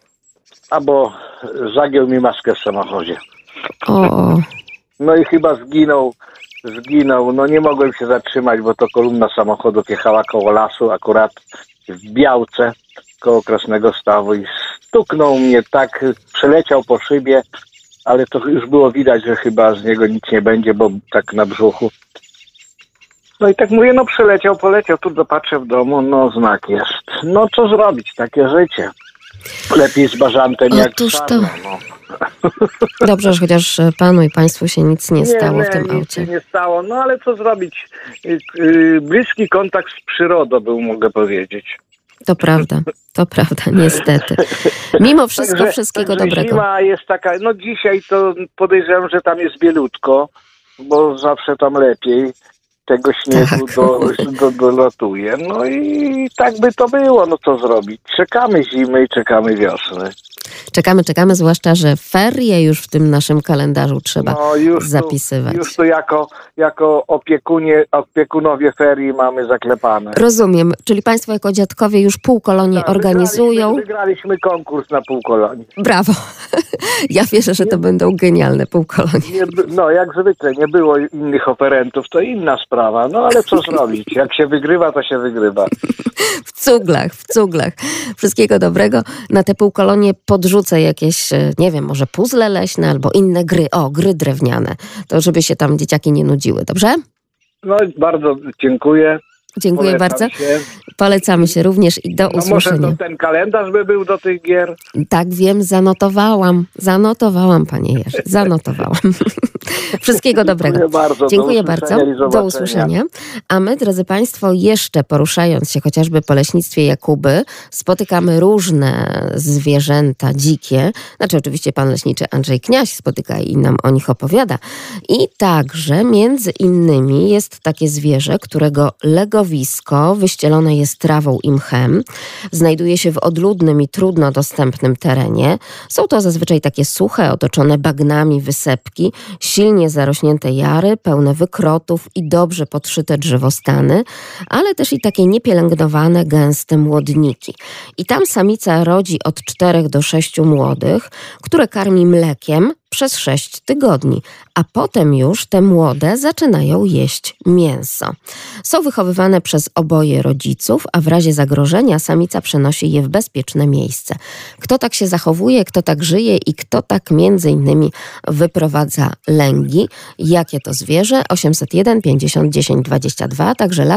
S11: Bo zagiął mi maskę w samochodzie.
S3: O.
S11: No i chyba zginął. No nie mogłem się zatrzymać, bo to kolumna samochodów jechała koło lasu, akurat w Białce, koło Krasnego Stawu i stuknął mnie tak, przeleciał po szybie, ale to już było widać, że chyba z niego nic nie będzie, bo tak na brzuchu. No i tak mówię, no poleciał, tu dopatrzę w domu, no znak jest. No co zrobić, takie życie. Lepiej z bażantem jak z sarną, no.
S3: Dobrze, że chociaż panu i państwu się nic nie stało w tym aucie.
S11: Nic się nie stało, no ale co zrobić? Bliski kontakt z przyrodą był, mogę powiedzieć.
S3: To prawda, niestety. Mimo wszystko, wszystkiego dobrego.
S11: Zima jest taka, no dzisiaj to podejrzewam, że tam jest bielutko, bo zawsze tam lepiej tego śniegu dolatuje. No i tak by to było, no co zrobić? Czekamy zimy i czekamy wiosny.
S3: Czekamy, zwłaszcza, że ferie już w tym naszym kalendarzu trzeba zapisywać.
S11: Już to jako opiekunowie ferii mamy zaklepane.
S3: Rozumiem, czyli państwo jako dziadkowie już półkolonie organizują.
S11: Wygraliśmy konkurs na półkolonie.
S3: Brawo. Ja wierzę, że to będą genialne półkolonie.
S11: No jak zwykle, nie było innych oferentów, to inna sprawa. No ale co zrobić? Jak się wygrywa, to się wygrywa.
S3: W cuglach. Wszystkiego dobrego. Na te półkolonie podrzucę jakieś, nie wiem, może puzzle leśne albo inne gry. Gry drewniane. To żeby się tam dzieciaki nie nudziły. Dobrze?
S11: No bardzo dziękuję.
S3: Dziękuję bardzo. Polecamy się również i do usłyszenia.
S11: Może ten kalendarz by był do tych gier?
S3: Tak, wiem, zanotowałam, panie Jerzy, zanotowałam. Wszystkiego dobrego. Dziękuję bardzo. Do usłyszenia. A my, drodzy państwo, jeszcze poruszając się chociażby po leśnictwie Jakuby, spotykamy różne zwierzęta dzikie. Znaczy oczywiście pan leśniczy Andrzej Kniaś spotyka i nam o nich opowiada. I także między innymi jest takie zwierzę, którego legowisko wyścielone jest trawą i mchem. Znajduje się w odludnym i trudno dostępnym terenie. Są to zazwyczaj takie suche, otoczone bagnami wysepki, silnie zarośnięte jary, pełne wykrotów i dobrze podszyte drzewostany, ale też i takie niepielęgnowane, gęste młodniki. I tam samica rodzi od 4 do 6 młodych, które karmi mlekiem przez 6 tygodni, a potem już te młode zaczynają jeść mięso. Są wychowywane przez oboje rodziców, a w razie zagrożenia samica przenosi je w bezpieczne miejsce. Kto tak się zachowuje, kto tak żyje i kto tak między innymi wyprowadza lęgi? Jakie to zwierzę? 801 50 10 22, także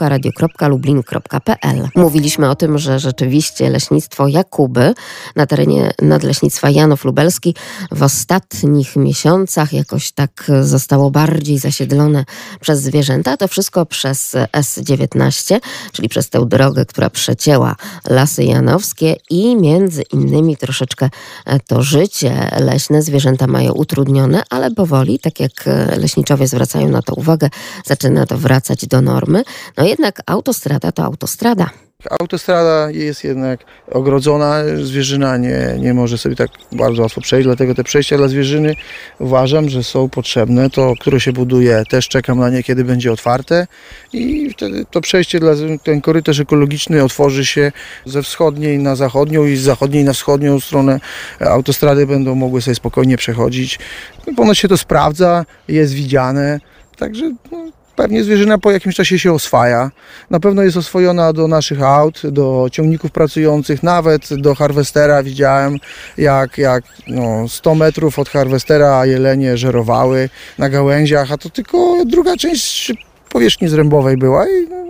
S3: lasmałpka.radio.lublin.pl. Mówiliśmy o tym, że rzeczywiście leśnictwo Jakuby na terenie Nadleśnictwa Janów Lubelski w ostatnich miesiącach jakoś tak zostało bardziej zasiedlone przez zwierzęta. To wszystko przez S19, czyli przez tę drogę, która przecięła Lasy Janowskie i między innymi troszeczkę to życie leśne zwierzęta mają utrudnione, ale powoli, tak jak leśniczowie zwracają na to uwagę, zaczyna to wracać do normy. No jednak autostrada to autostrada.
S4: Autostrada jest jednak ogrodzona, zwierzyna nie może sobie tak bardzo łatwo przejść, dlatego te przejścia dla zwierzyny uważam, że są potrzebne. To, które się buduje, też czekam na nie, kiedy będzie otwarte i wtedy to przejście, ten korytarz ekologiczny otworzy się ze wschodniej na zachodnią i z zachodniej na wschodnią stronę autostrady będą mogły sobie spokojnie przechodzić. Ponoć się to sprawdza, jest widziane, także pewnie zwierzyna po jakimś czasie się oswaja. Na pewno jest oswojona do naszych aut, do ciągników pracujących, nawet do harwestera widziałem, jak 100 metrów od harwestera jelenie żerowały na gałęziach, a to tylko druga część powierzchni zrębowej była i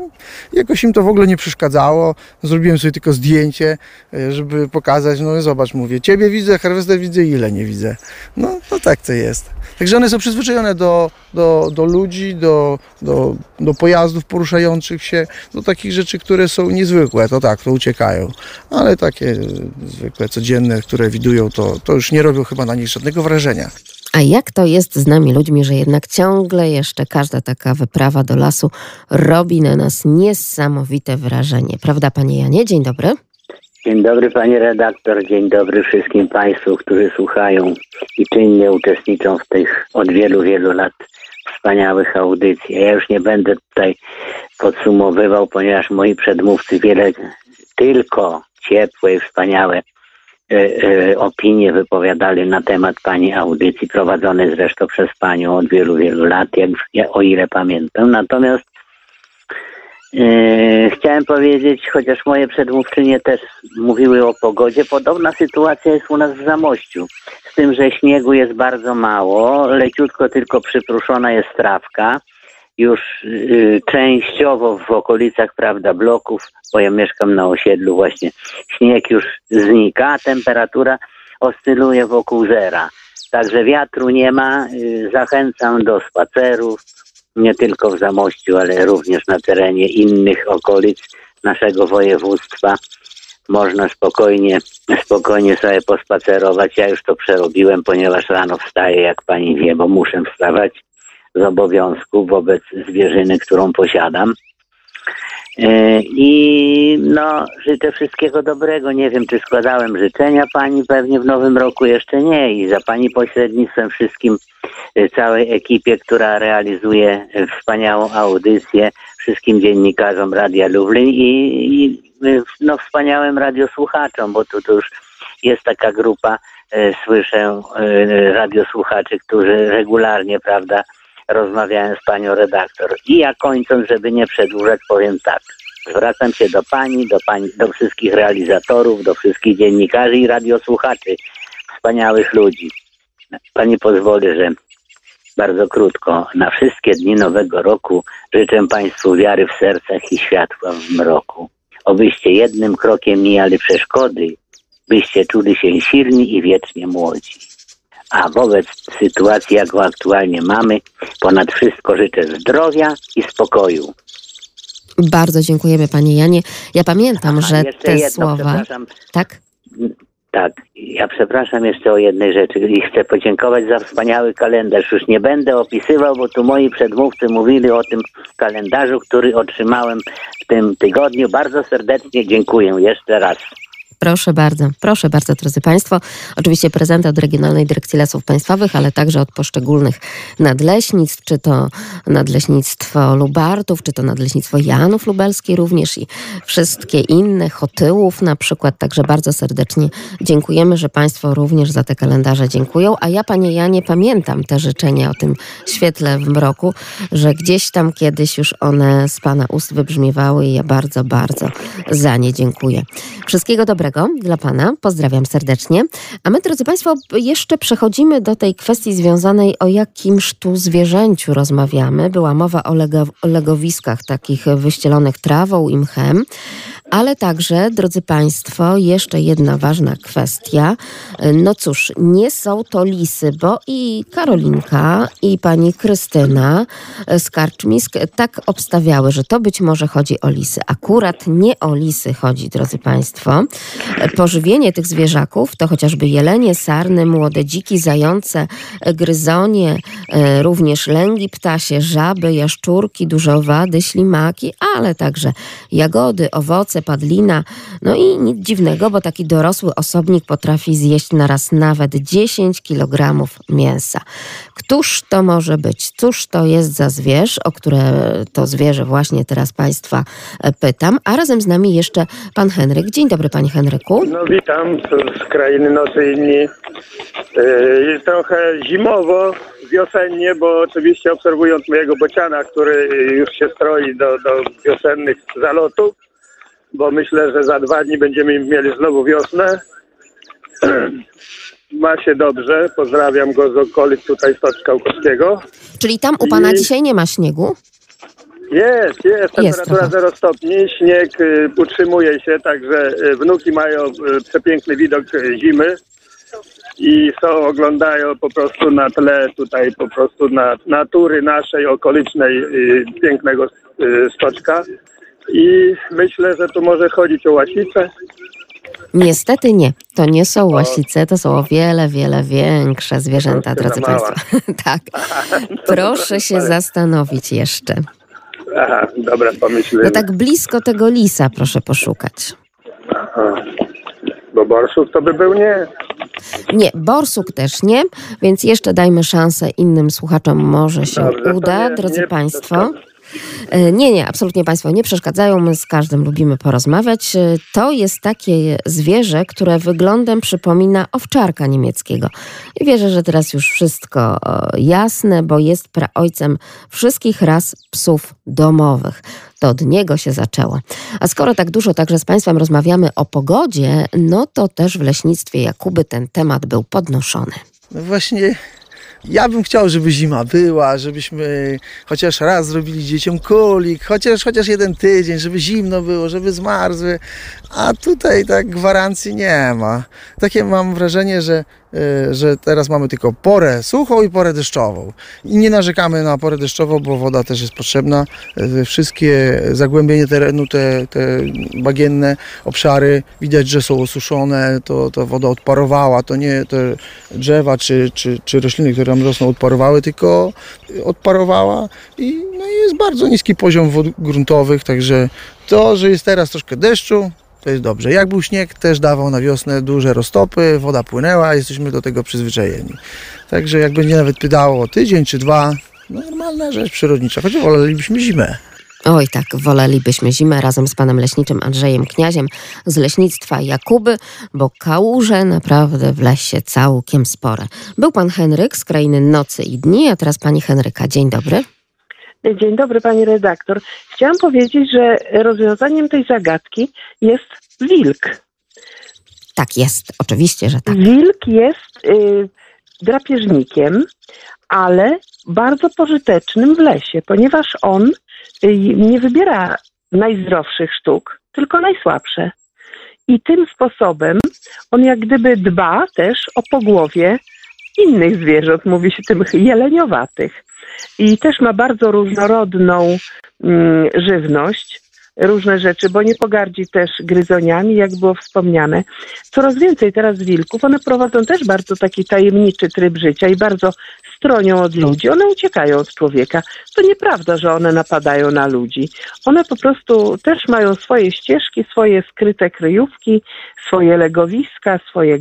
S4: jakoś im to w ogóle nie przeszkadzało. Zrobiłem sobie tylko zdjęcie, żeby pokazać, no zobacz, mówię, ciebie widzę, harwester widzę, ile nie widzę. No tak to jest. Także one są przyzwyczajone do ludzi, do pojazdów poruszających się, do takich rzeczy, które są niezwykłe, to tak, to uciekają. Ale takie zwykłe, codzienne, które widują, to już nie robią chyba na nich żadnego wrażenia.
S3: A jak to jest z nami ludźmi, że jednak ciągle jeszcze każda taka wyprawa do lasu robi na nas niesamowite wrażenie. Prawda, panie Janie? Dzień dobry.
S12: Dzień dobry, pani redaktor. Dzień dobry wszystkim państwu, którzy słuchają i czynnie uczestniczą w tych od wielu, wielu lat wspaniałych audycji. Ja już nie będę tutaj podsumowywał, ponieważ moi przedmówcy wiele tylko ciepłe i wspaniałe opinie wypowiadali na temat pani audycji, prowadzonej zresztą przez panią od wielu, wielu lat, o ile pamiętam. Natomiast chciałem powiedzieć, chociaż moje przedmówczynie też mówiły o pogodzie, podobna sytuacja jest u nas w Zamościu. Z tym, że śniegu jest bardzo mało, leciutko tylko przypruszona jest trawka. Już częściowo w okolicach, prawda, bloków, bo ja mieszkam na osiedlu właśnie, śnieg już znika, a temperatura oscyluje wokół zera. Także wiatru nie ma, zachęcam do spacerów, nie tylko w Zamościu, ale również na terenie innych okolic naszego województwa. Można spokojnie sobie pospacerować. Ja już to przerobiłem, ponieważ rano wstaję, jak pani wie, bo muszę wstawać z obowiązku wobec zwierzyny, którą posiadam. I życzę wszystkiego dobrego. Nie wiem, czy składałem życzenia pani, pewnie w nowym roku jeszcze nie. I za pani pośrednictwem wszystkim, całej ekipie, która realizuje wspaniałą audycję, wszystkim dziennikarzom Radia Lublin i wspaniałym radiosłuchaczom, bo tu już jest taka grupa, słyszę, radiosłuchaczy, którzy regularnie, prawda, rozmawiałem z panią redaktor. I ja kończąc, żeby nie przedłużać, powiem tak. Zwracam się do pani, do wszystkich realizatorów, do wszystkich dziennikarzy i radiosłuchaczy, wspaniałych ludzi. Pani pozwoli, że bardzo krótko, na wszystkie dni Nowego Roku życzę państwu wiary w sercach i światła w mroku. Obyście jednym krokiem mijali przeszkody, byście czuli się silni i wiecznie młodzi. A wobec sytuacji, jaką aktualnie mamy, ponad wszystko życzę zdrowia i spokoju.
S3: Bardzo dziękujemy, panie Janie. Ja pamiętam, że te słowa... Tak?
S12: Tak. Ja przepraszam jeszcze o jednej rzeczy i chcę podziękować za wspaniały kalendarz. Już nie będę opisywał, bo tu moi przedmówcy mówili o tym kalendarzu, który otrzymałem w tym tygodniu. Bardzo serdecznie dziękuję jeszcze raz.
S3: Proszę bardzo, drodzy państwo. Oczywiście prezenty od Regionalnej Dyrekcji Lasów Państwowych, ale także od poszczególnych nadleśnictw, czy to Nadleśnictwo Lubartów, czy to Nadleśnictwo Janów Lubelski również i wszystkie inne, Chotyłów na przykład. Także bardzo serdecznie dziękujemy, że państwo również za te kalendarze dziękują. A ja, panie Janie, pamiętam te życzenia o tym świetle w mroku, że gdzieś tam kiedyś już one z pana ust wybrzmiewały i ja bardzo, bardzo za nie dziękuję. Wszystkiego dobrego dla pana. Pozdrawiam serdecznie. A my, drodzy państwo, jeszcze przechodzimy do tej kwestii związanej, o jakimż tu zwierzęciu rozmawiamy. Była mowa o legowiskach takich wyścielonych trawą i mchem, ale także, drodzy państwo, jeszcze jedna ważna kwestia. No cóż, nie są to lisy, bo i Karolinka, i pani Krystyna z Karczmisk tak obstawiały, że to być może chodzi o lisy. Akurat nie o lisy chodzi, drodzy państwo. Pożywienie tych zwierzaków to chociażby jelenie, sarny, młode dziki, zające, gryzonie, również lęgi ptasie, żaby, jaszczurki, duże owady, ślimaki, ale także jagody, owoce, padlina. No i nic dziwnego, bo taki dorosły osobnik potrafi zjeść naraz nawet 10 kg mięsa. Któż to może być? Cóż to jest za zwierz, o które to zwierzę właśnie teraz państwa pytam. A razem z nami jeszcze pan Henryk. Dzień dobry, panie Henryku.
S13: No witam z krainy nocy inni. Jest trochę zimowo, wiosennie, bo oczywiście obserwując mojego bociana, który już się stroi do wiosennych zalotów, bo myślę, że za 2 dni będziemy mieli znowu wiosnę. Ma się dobrze, pozdrawiam go z okolic tutaj Stocka Łukowskiego.
S3: Czyli tam u pana dzisiaj nie ma śniegu?
S13: Jest. Temperatura
S3: trochę.
S13: 0 stopni, śnieg utrzymuje się, także wnuki mają przepiękny widok zimy i oglądają po prostu na tle tutaj po prostu natury naszej okolicznej pięknego stoczka i myślę, że tu może chodzić o łasice.
S3: Niestety nie. To nie są łasice, to są o wiele, wiele większe zwierzęta, drodzy Państwo. Tak. Proszę się zastanowić jeszcze.
S13: Aha, dobra, pomyślimy.
S3: No tak blisko tego lisa proszę poszukać.
S13: Aha. Bo borsuk to by był nie.
S3: Nie, borsuk też nie, więc jeszcze dajmy szansę innym słuchaczom, może się uda, drodzy Państwo. Nie, absolutnie Państwo nie przeszkadzają, my z każdym lubimy porozmawiać. To jest takie zwierzę, które wyglądem przypomina owczarka niemieckiego. I wierzę, że teraz już wszystko jasne, bo jest praojcem wszystkich ras psów domowych. To od niego się zaczęło. A skoro tak dużo także z Państwem rozmawiamy o pogodzie, no to też w leśnictwie Jakuby ten temat był podnoszony.
S4: No właśnie, ja bym chciał, żeby zima była, żebyśmy chociaż raz zrobili dzieciom kulik, chociaż jeden tydzień, żeby zimno było, żeby zmarzły, a tutaj tak gwarancji nie ma. Takie mam wrażenie, że teraz mamy tylko porę suchą i porę deszczową. I nie narzekamy na porę deszczową, bo woda też jest potrzebna. Wszystkie zagłębienie terenu, te bagienne obszary, widać, że są osuszone, to woda odparowała, to nie te drzewa czy rośliny, które tam rosną, odparowały, tylko odparowała i jest bardzo niski poziom wód gruntowych, także to, że jest teraz troszkę deszczu, to jest dobrze. Jak był śnieg, też dawał na wiosnę duże roztopy, woda płynęła, jesteśmy do tego przyzwyczajeni. Także jak będzie nawet pytało o tydzień czy dwa, normalna rzecz przyrodnicza, choć wolelibyśmy zimę.
S3: Oj tak, wolelibyśmy zimę razem z panem leśniczym Andrzejem Kniaziem z leśnictwa Jakuby, bo kałuże naprawdę w lesie całkiem spore. Był pan Henryk z Krainy Nocy i Dni, a teraz pani Henryka. Dzień dobry.
S14: Dzień dobry, pani redaktor. Chciałam powiedzieć, że rozwiązaniem tej zagadki jest wilk.
S3: Tak jest, oczywiście, że tak.
S14: Wilk jest drapieżnikiem, ale bardzo pożytecznym w lesie, ponieważ on nie wybiera najzdrowszych sztuk, tylko najsłabsze. I tym sposobem on jak gdyby dba też o pogłowie innych zwierząt, mówi się tym jeleniowatych. I też ma bardzo różnorodną żywność, różne rzeczy, bo nie pogardzi też gryzoniami, jak było wspomniane. Coraz więcej teraz wilków, one prowadzą też bardzo taki tajemniczy tryb życia i bardzo stronią od ludzi. One uciekają od człowieka. To nieprawda, że one napadają na ludzi. One po prostu też mają swoje ścieżki, swoje skryte kryjówki, swoje legowiska, swoje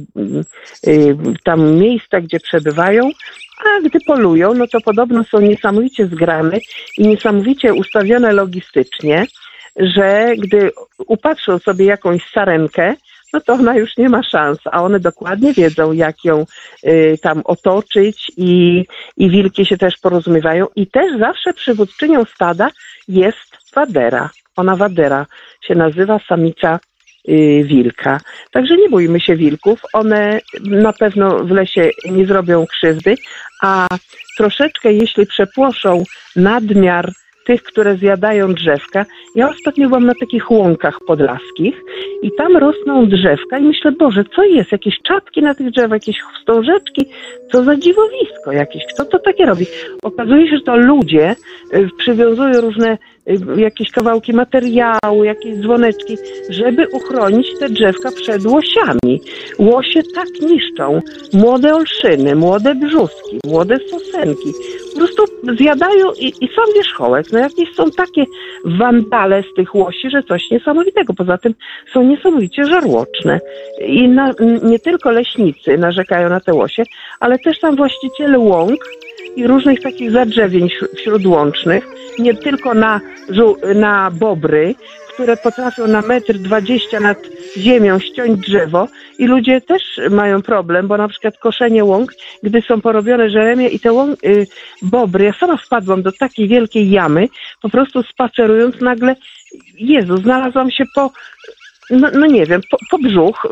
S14: tam miejsca, gdzie przebywają. A gdy polują, no to podobno są niesamowicie zgrane i niesamowicie ustawione logistycznie, że gdy upatrzą sobie jakąś sarenkę, no to ona już nie ma szans, a one dokładnie wiedzą, jak ją tam otoczyć i wilki się też porozumiewają. I też zawsze przywódczynią stada jest wadera. Ona wadera się nazywa, samica wilka. Także nie bójmy się wilków, one na pewno w lesie nie zrobią krzywdy, a troszeczkę jeśli przepłoszą nadmiar tych, które zjadają drzewka. Ja ostatnio byłam na takich łąkach podlaskich i tam rosną drzewka i myślę, Boże, co jest? Jakieś czapki na tych drzewach, jakieś wstążeczki? Co za dziwowisko jakieś? Kto to takie robi? Okazuje się, że to ludzie przywiązują różne jakieś kawałki materiału, jakieś dzwoneczki, żeby uchronić te drzewka przed łosiami. Łosie tak niszczą młode olszyny, młode brzuski, młode sosenki. Po prostu zjadają i sam wierzchołek. No jakieś są takie wandale z tych łosi, że coś niesamowitego. Poza tym są niesamowicie żarłoczne. I nie tylko leśnicy narzekają na te łosie, ale też tam właściciele łąk i różnych takich zadrzewień śródłącznych, nie tylko na bobry, które potrafią na 1,20 m nad ziemią ściąć drzewo i ludzie też mają problem, bo na przykład koszenie łąk, gdy są porobione żeremie i te bobry, ja sama wpadłam do takiej wielkiej jamy, po prostu spacerując nagle, Jezu, znalazłam się po no nie wiem, po brzuch,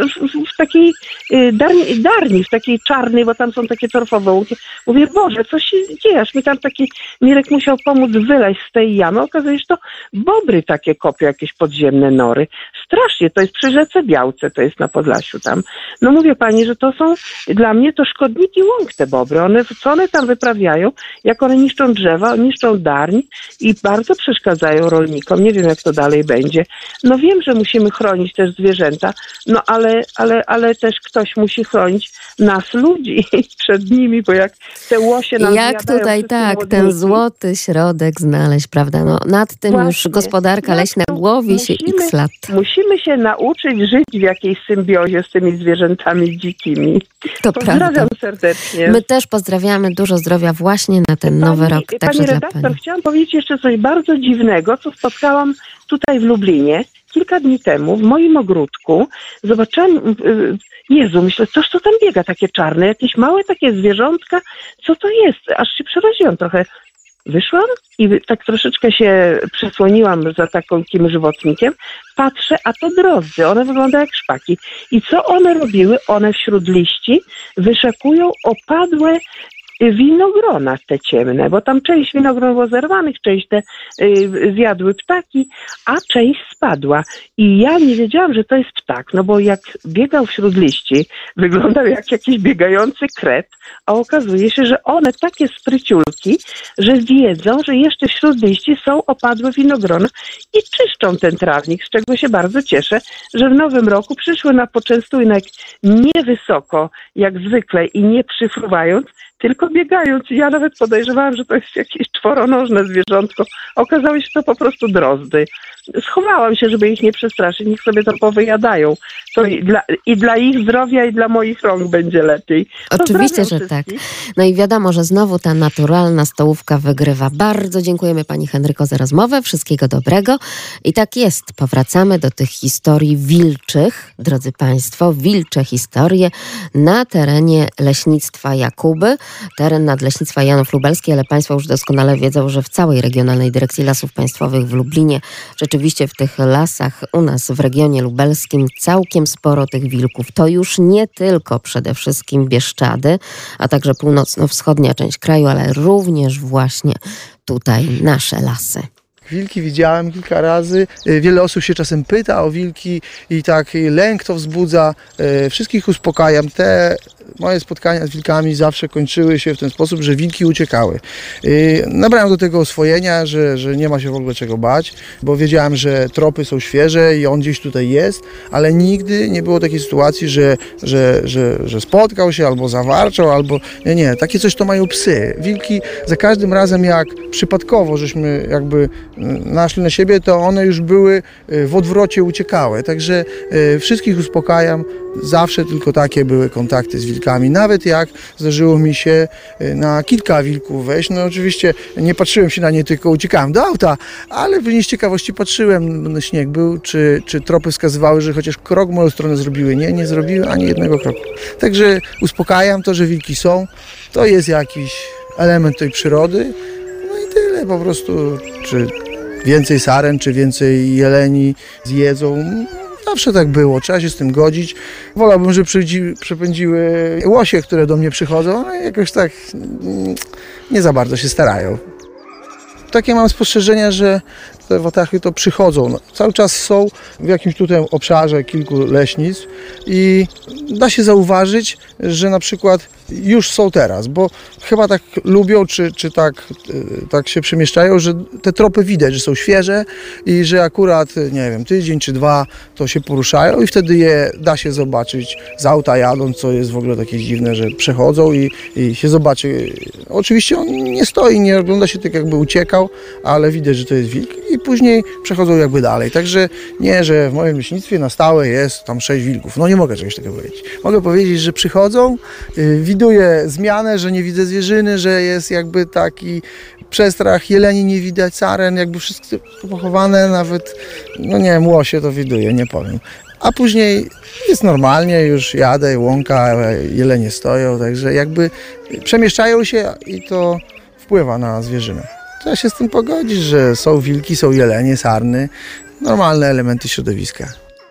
S14: w takiej darni, w takiej czarnej, bo tam są takie torfowe łąki. Mówię, Boże, co się dzieje? Aż mi tam taki Mirek musiał pomóc wyleźć z tej jamy. Okazuje się, że to bobry takie kopią, jakieś podziemne nory. Strasznie, to jest przy rzece Białce, to jest na Podlasiu tam. No mówię pani, że to są, dla mnie to szkodniki łąk te bobry. Co one tam wyprawiają? Jak one niszczą drzewa, niszczą darń i bardzo przeszkadzają rolnikom. Nie wiem, jak to dalej będzie. No wiem, że musimy chronić też zwierzęta, no ale też ktoś musi chronić nas, ludzi, przed nimi, bo jak te łosie nam
S3: jak tutaj ten złoty środek znaleźć, prawda? No, nad tym właśnie, już gospodarka leśna głowi się x lat.
S14: Musimy się nauczyć żyć w jakiejś symbiozie z tymi zwierzętami dzikimi.
S3: To
S14: pozdrawiam
S3: prawda.
S14: Serdecznie.
S3: My też pozdrawiamy, dużo zdrowia właśnie na ten nowy rok.
S14: Pani redaktor, chciałam powiedzieć jeszcze coś bardzo dziwnego, co spotkałam tutaj w Lublinie. Kilka dni temu w moim ogródku zobaczyłam, Jezu, myślę, coś to tam biega takie czarne, jakieś małe takie zwierzątka, co to jest? Aż się przeraziłam trochę. Wyszłam i tak troszeczkę się przysłoniłam za takim żywotnikiem, patrzę, a to drozdy, one wyglądają jak szpaki. I co one robiły? One wśród liści wyszakują opadłe winogrona te ciemne, bo tam część winogron było zerwanych, część te zjadły ptaki, a część spadła. I ja nie wiedziałam, że to jest ptak, no bo jak biegał wśród liści, wyglądał jak jakiś biegający kret, a okazuje się, że one takie spryciulki, że wiedzą, że jeszcze wśród liści są opadłe winogrona i czyszczą ten trawnik, z czego się bardzo cieszę, że w nowym roku przyszły na poczęstunek nie wysoko, jak zwykle i nie przyfruwając, tylko biegając. Ja nawet podejrzewałam, że to jest jakieś czworonożne zwierzątko. Okazało się to po prostu drozdy. Schowałam się, żeby ich nie przestraszyć. Niech sobie to powyjadają. To i dla ich zdrowia, i dla moich rąk będzie lepiej.
S3: Oczywiście, że tak. No i wiadomo, że znowu ta naturalna stołówka wygrywa. Bardzo dziękujemy pani Henryko za rozmowę. Wszystkiego dobrego. I tak jest. Powracamy do tych historii wilczych, drodzy państwo. Wilcze historie na terenie Leśnictwa Jakuby. Teren Nadleśnictwa Janów Lubelski, ale państwo już doskonale wiedzą, że w całej Regionalnej Dyrekcji Lasów Państwowych w Lublinie rzeczywiście w tych lasach u nas w regionie lubelskim całkiem sporo tych wilków. To już nie tylko przede wszystkim Bieszczady, a także północno-wschodnia część kraju, ale również właśnie tutaj nasze lasy.
S4: Wilki widziałem kilka razy. Wiele osób się czasem pyta o wilki i tak lęk to wzbudza. Wszystkich uspokajam. Te moje spotkania z wilkami zawsze kończyły się w ten sposób, że wilki uciekały. Nabrałem do tego oswojenia, że nie ma się w ogóle czego bać, bo wiedziałem, że tropy są świeże i on gdzieś tutaj jest, ale nigdy nie było takiej sytuacji, że spotkał się albo zawarczał, albo nie. Takie coś to mają psy. Wilki za każdym razem, jak przypadkowo żeśmy jakby naszli na siebie, to one już były w odwrocie, uciekały. Także wszystkich uspokajam. Zawsze tylko takie były kontakty z wilkami. Nawet jak zdarzyło mi się na kilka wilków wejść, no oczywiście nie patrzyłem się na nie, tylko uciekałem do auta, ale z ciekawości patrzyłem, śnieg był, czy tropy wskazywały, że chociaż krok w moją stronę zrobiły. Nie zrobiły ani jednego kroku. Także uspokajam to, że wilki są. To jest jakiś element tej przyrody. No i tyle po prostu. Czy więcej saren, czy więcej jeleni zjedzą. Zawsze tak było, trzeba się z tym godzić. Wolałbym, żeby przepędziły łosie, które do mnie przychodzą, ale jakoś tak nie za bardzo się starają. Takie mam spostrzeżenia, że te watachy to przychodzą. No, cały czas są w jakimś tutaj obszarze kilku leśnictw i da się zauważyć, że na przykład już są teraz, bo chyba tak lubią, czy tak się przemieszczają, że te tropy widać, że są świeże i że akurat, nie wiem, tydzień czy dwa to się poruszają i wtedy je da się zobaczyć z auta jadąc, co jest w ogóle takie dziwne, że przechodzą i się zobaczy. Oczywiście on nie stoi, nie ogląda się tak, jakby uciekał, ale widać, że to jest wilk i później przechodzą jakby dalej. Także nie, że w moim leśnictwie na stałe jest tam 6 wilków. No nie mogę czegoś takiego powiedzieć. Mogę powiedzieć, że przychodzą, widuję zmianę, że nie widzę zwierzyny, że jest jakby taki przestrach, jeleni nie widać, saren, jakby wszystko pochowane, nawet, no nie wiem, łosie to widuję, nie powiem. A później jest normalnie, już jadę, łąka, jelenie stoją, także jakby przemieszczają się i to wpływa na zwierzynę. Trzeba się z tym pogodzić, że są wilki, są jelenie, sarny, normalne elementy środowiska.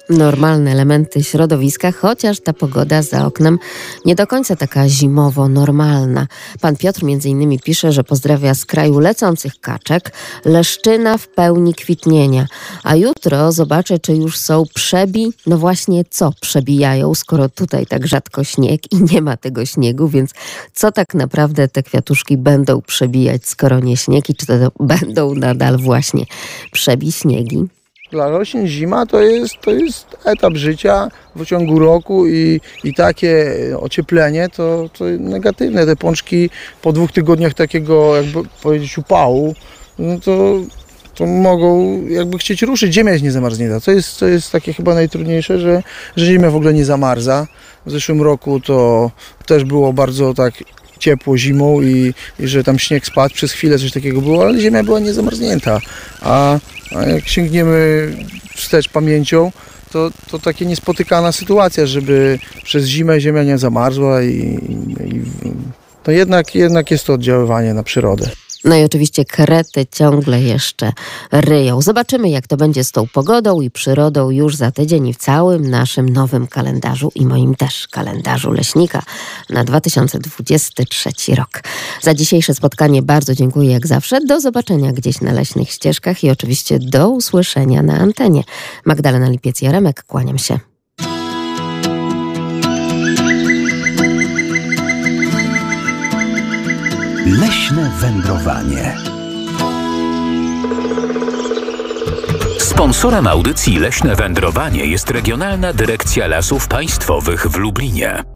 S3: normalne elementy środowiska, chociaż ta pogoda za oknem nie do końca taka zimowo normalna. Pan Piotr między innymi pisze, że pozdrawia z kraju lecących kaczek, Leszczyna w pełni kwitnienia. A jutro zobaczę, czy już są no właśnie co przebijają, skoro tutaj tak rzadko śnieg i nie ma tego śniegu, więc co tak naprawdę te kwiatuszki będą przebijać, skoro nie śnieg i czy to będą nadal właśnie przebiśniegi?
S4: Dla roślin zima to jest etap życia w ciągu roku i takie ocieplenie to negatywne. Te pączki po 2 tygodniach takiego, jakby powiedzieć, upału, no to mogą jakby chcieć ruszyć. Ziemia jest niezamarznięta. Co jest takie chyba najtrudniejsze, że ziemia w ogóle nie zamarza. W zeszłym roku to też było bardzo tak ciepło zimą i że tam śnieg spadł, przez chwilę coś takiego było, ale ziemia była niezamarznięta. A jak sięgniemy wstecz pamięcią, to takie niespotykana sytuacja, żeby przez zimę ziemia nie zamarzła i to jednak jest to oddziaływanie na przyrodę.
S3: No i oczywiście krety ciągle jeszcze ryją. Zobaczymy, jak to będzie z tą pogodą i przyrodą już za tydzień i w całym naszym nowym kalendarzu i moim też kalendarzu leśnika na 2023 rok. Za dzisiejsze spotkanie bardzo dziękuję jak zawsze. Do zobaczenia gdzieś na leśnych ścieżkach i oczywiście do usłyszenia na antenie. Magdalena Lipiec-Jaremek, kłaniam się.
S2: Leśne wędrowanie.
S1: Sponsorem audycji Leśne Wędrowanie jest Regionalna Dyrekcja Lasów Państwowych w Lublinie.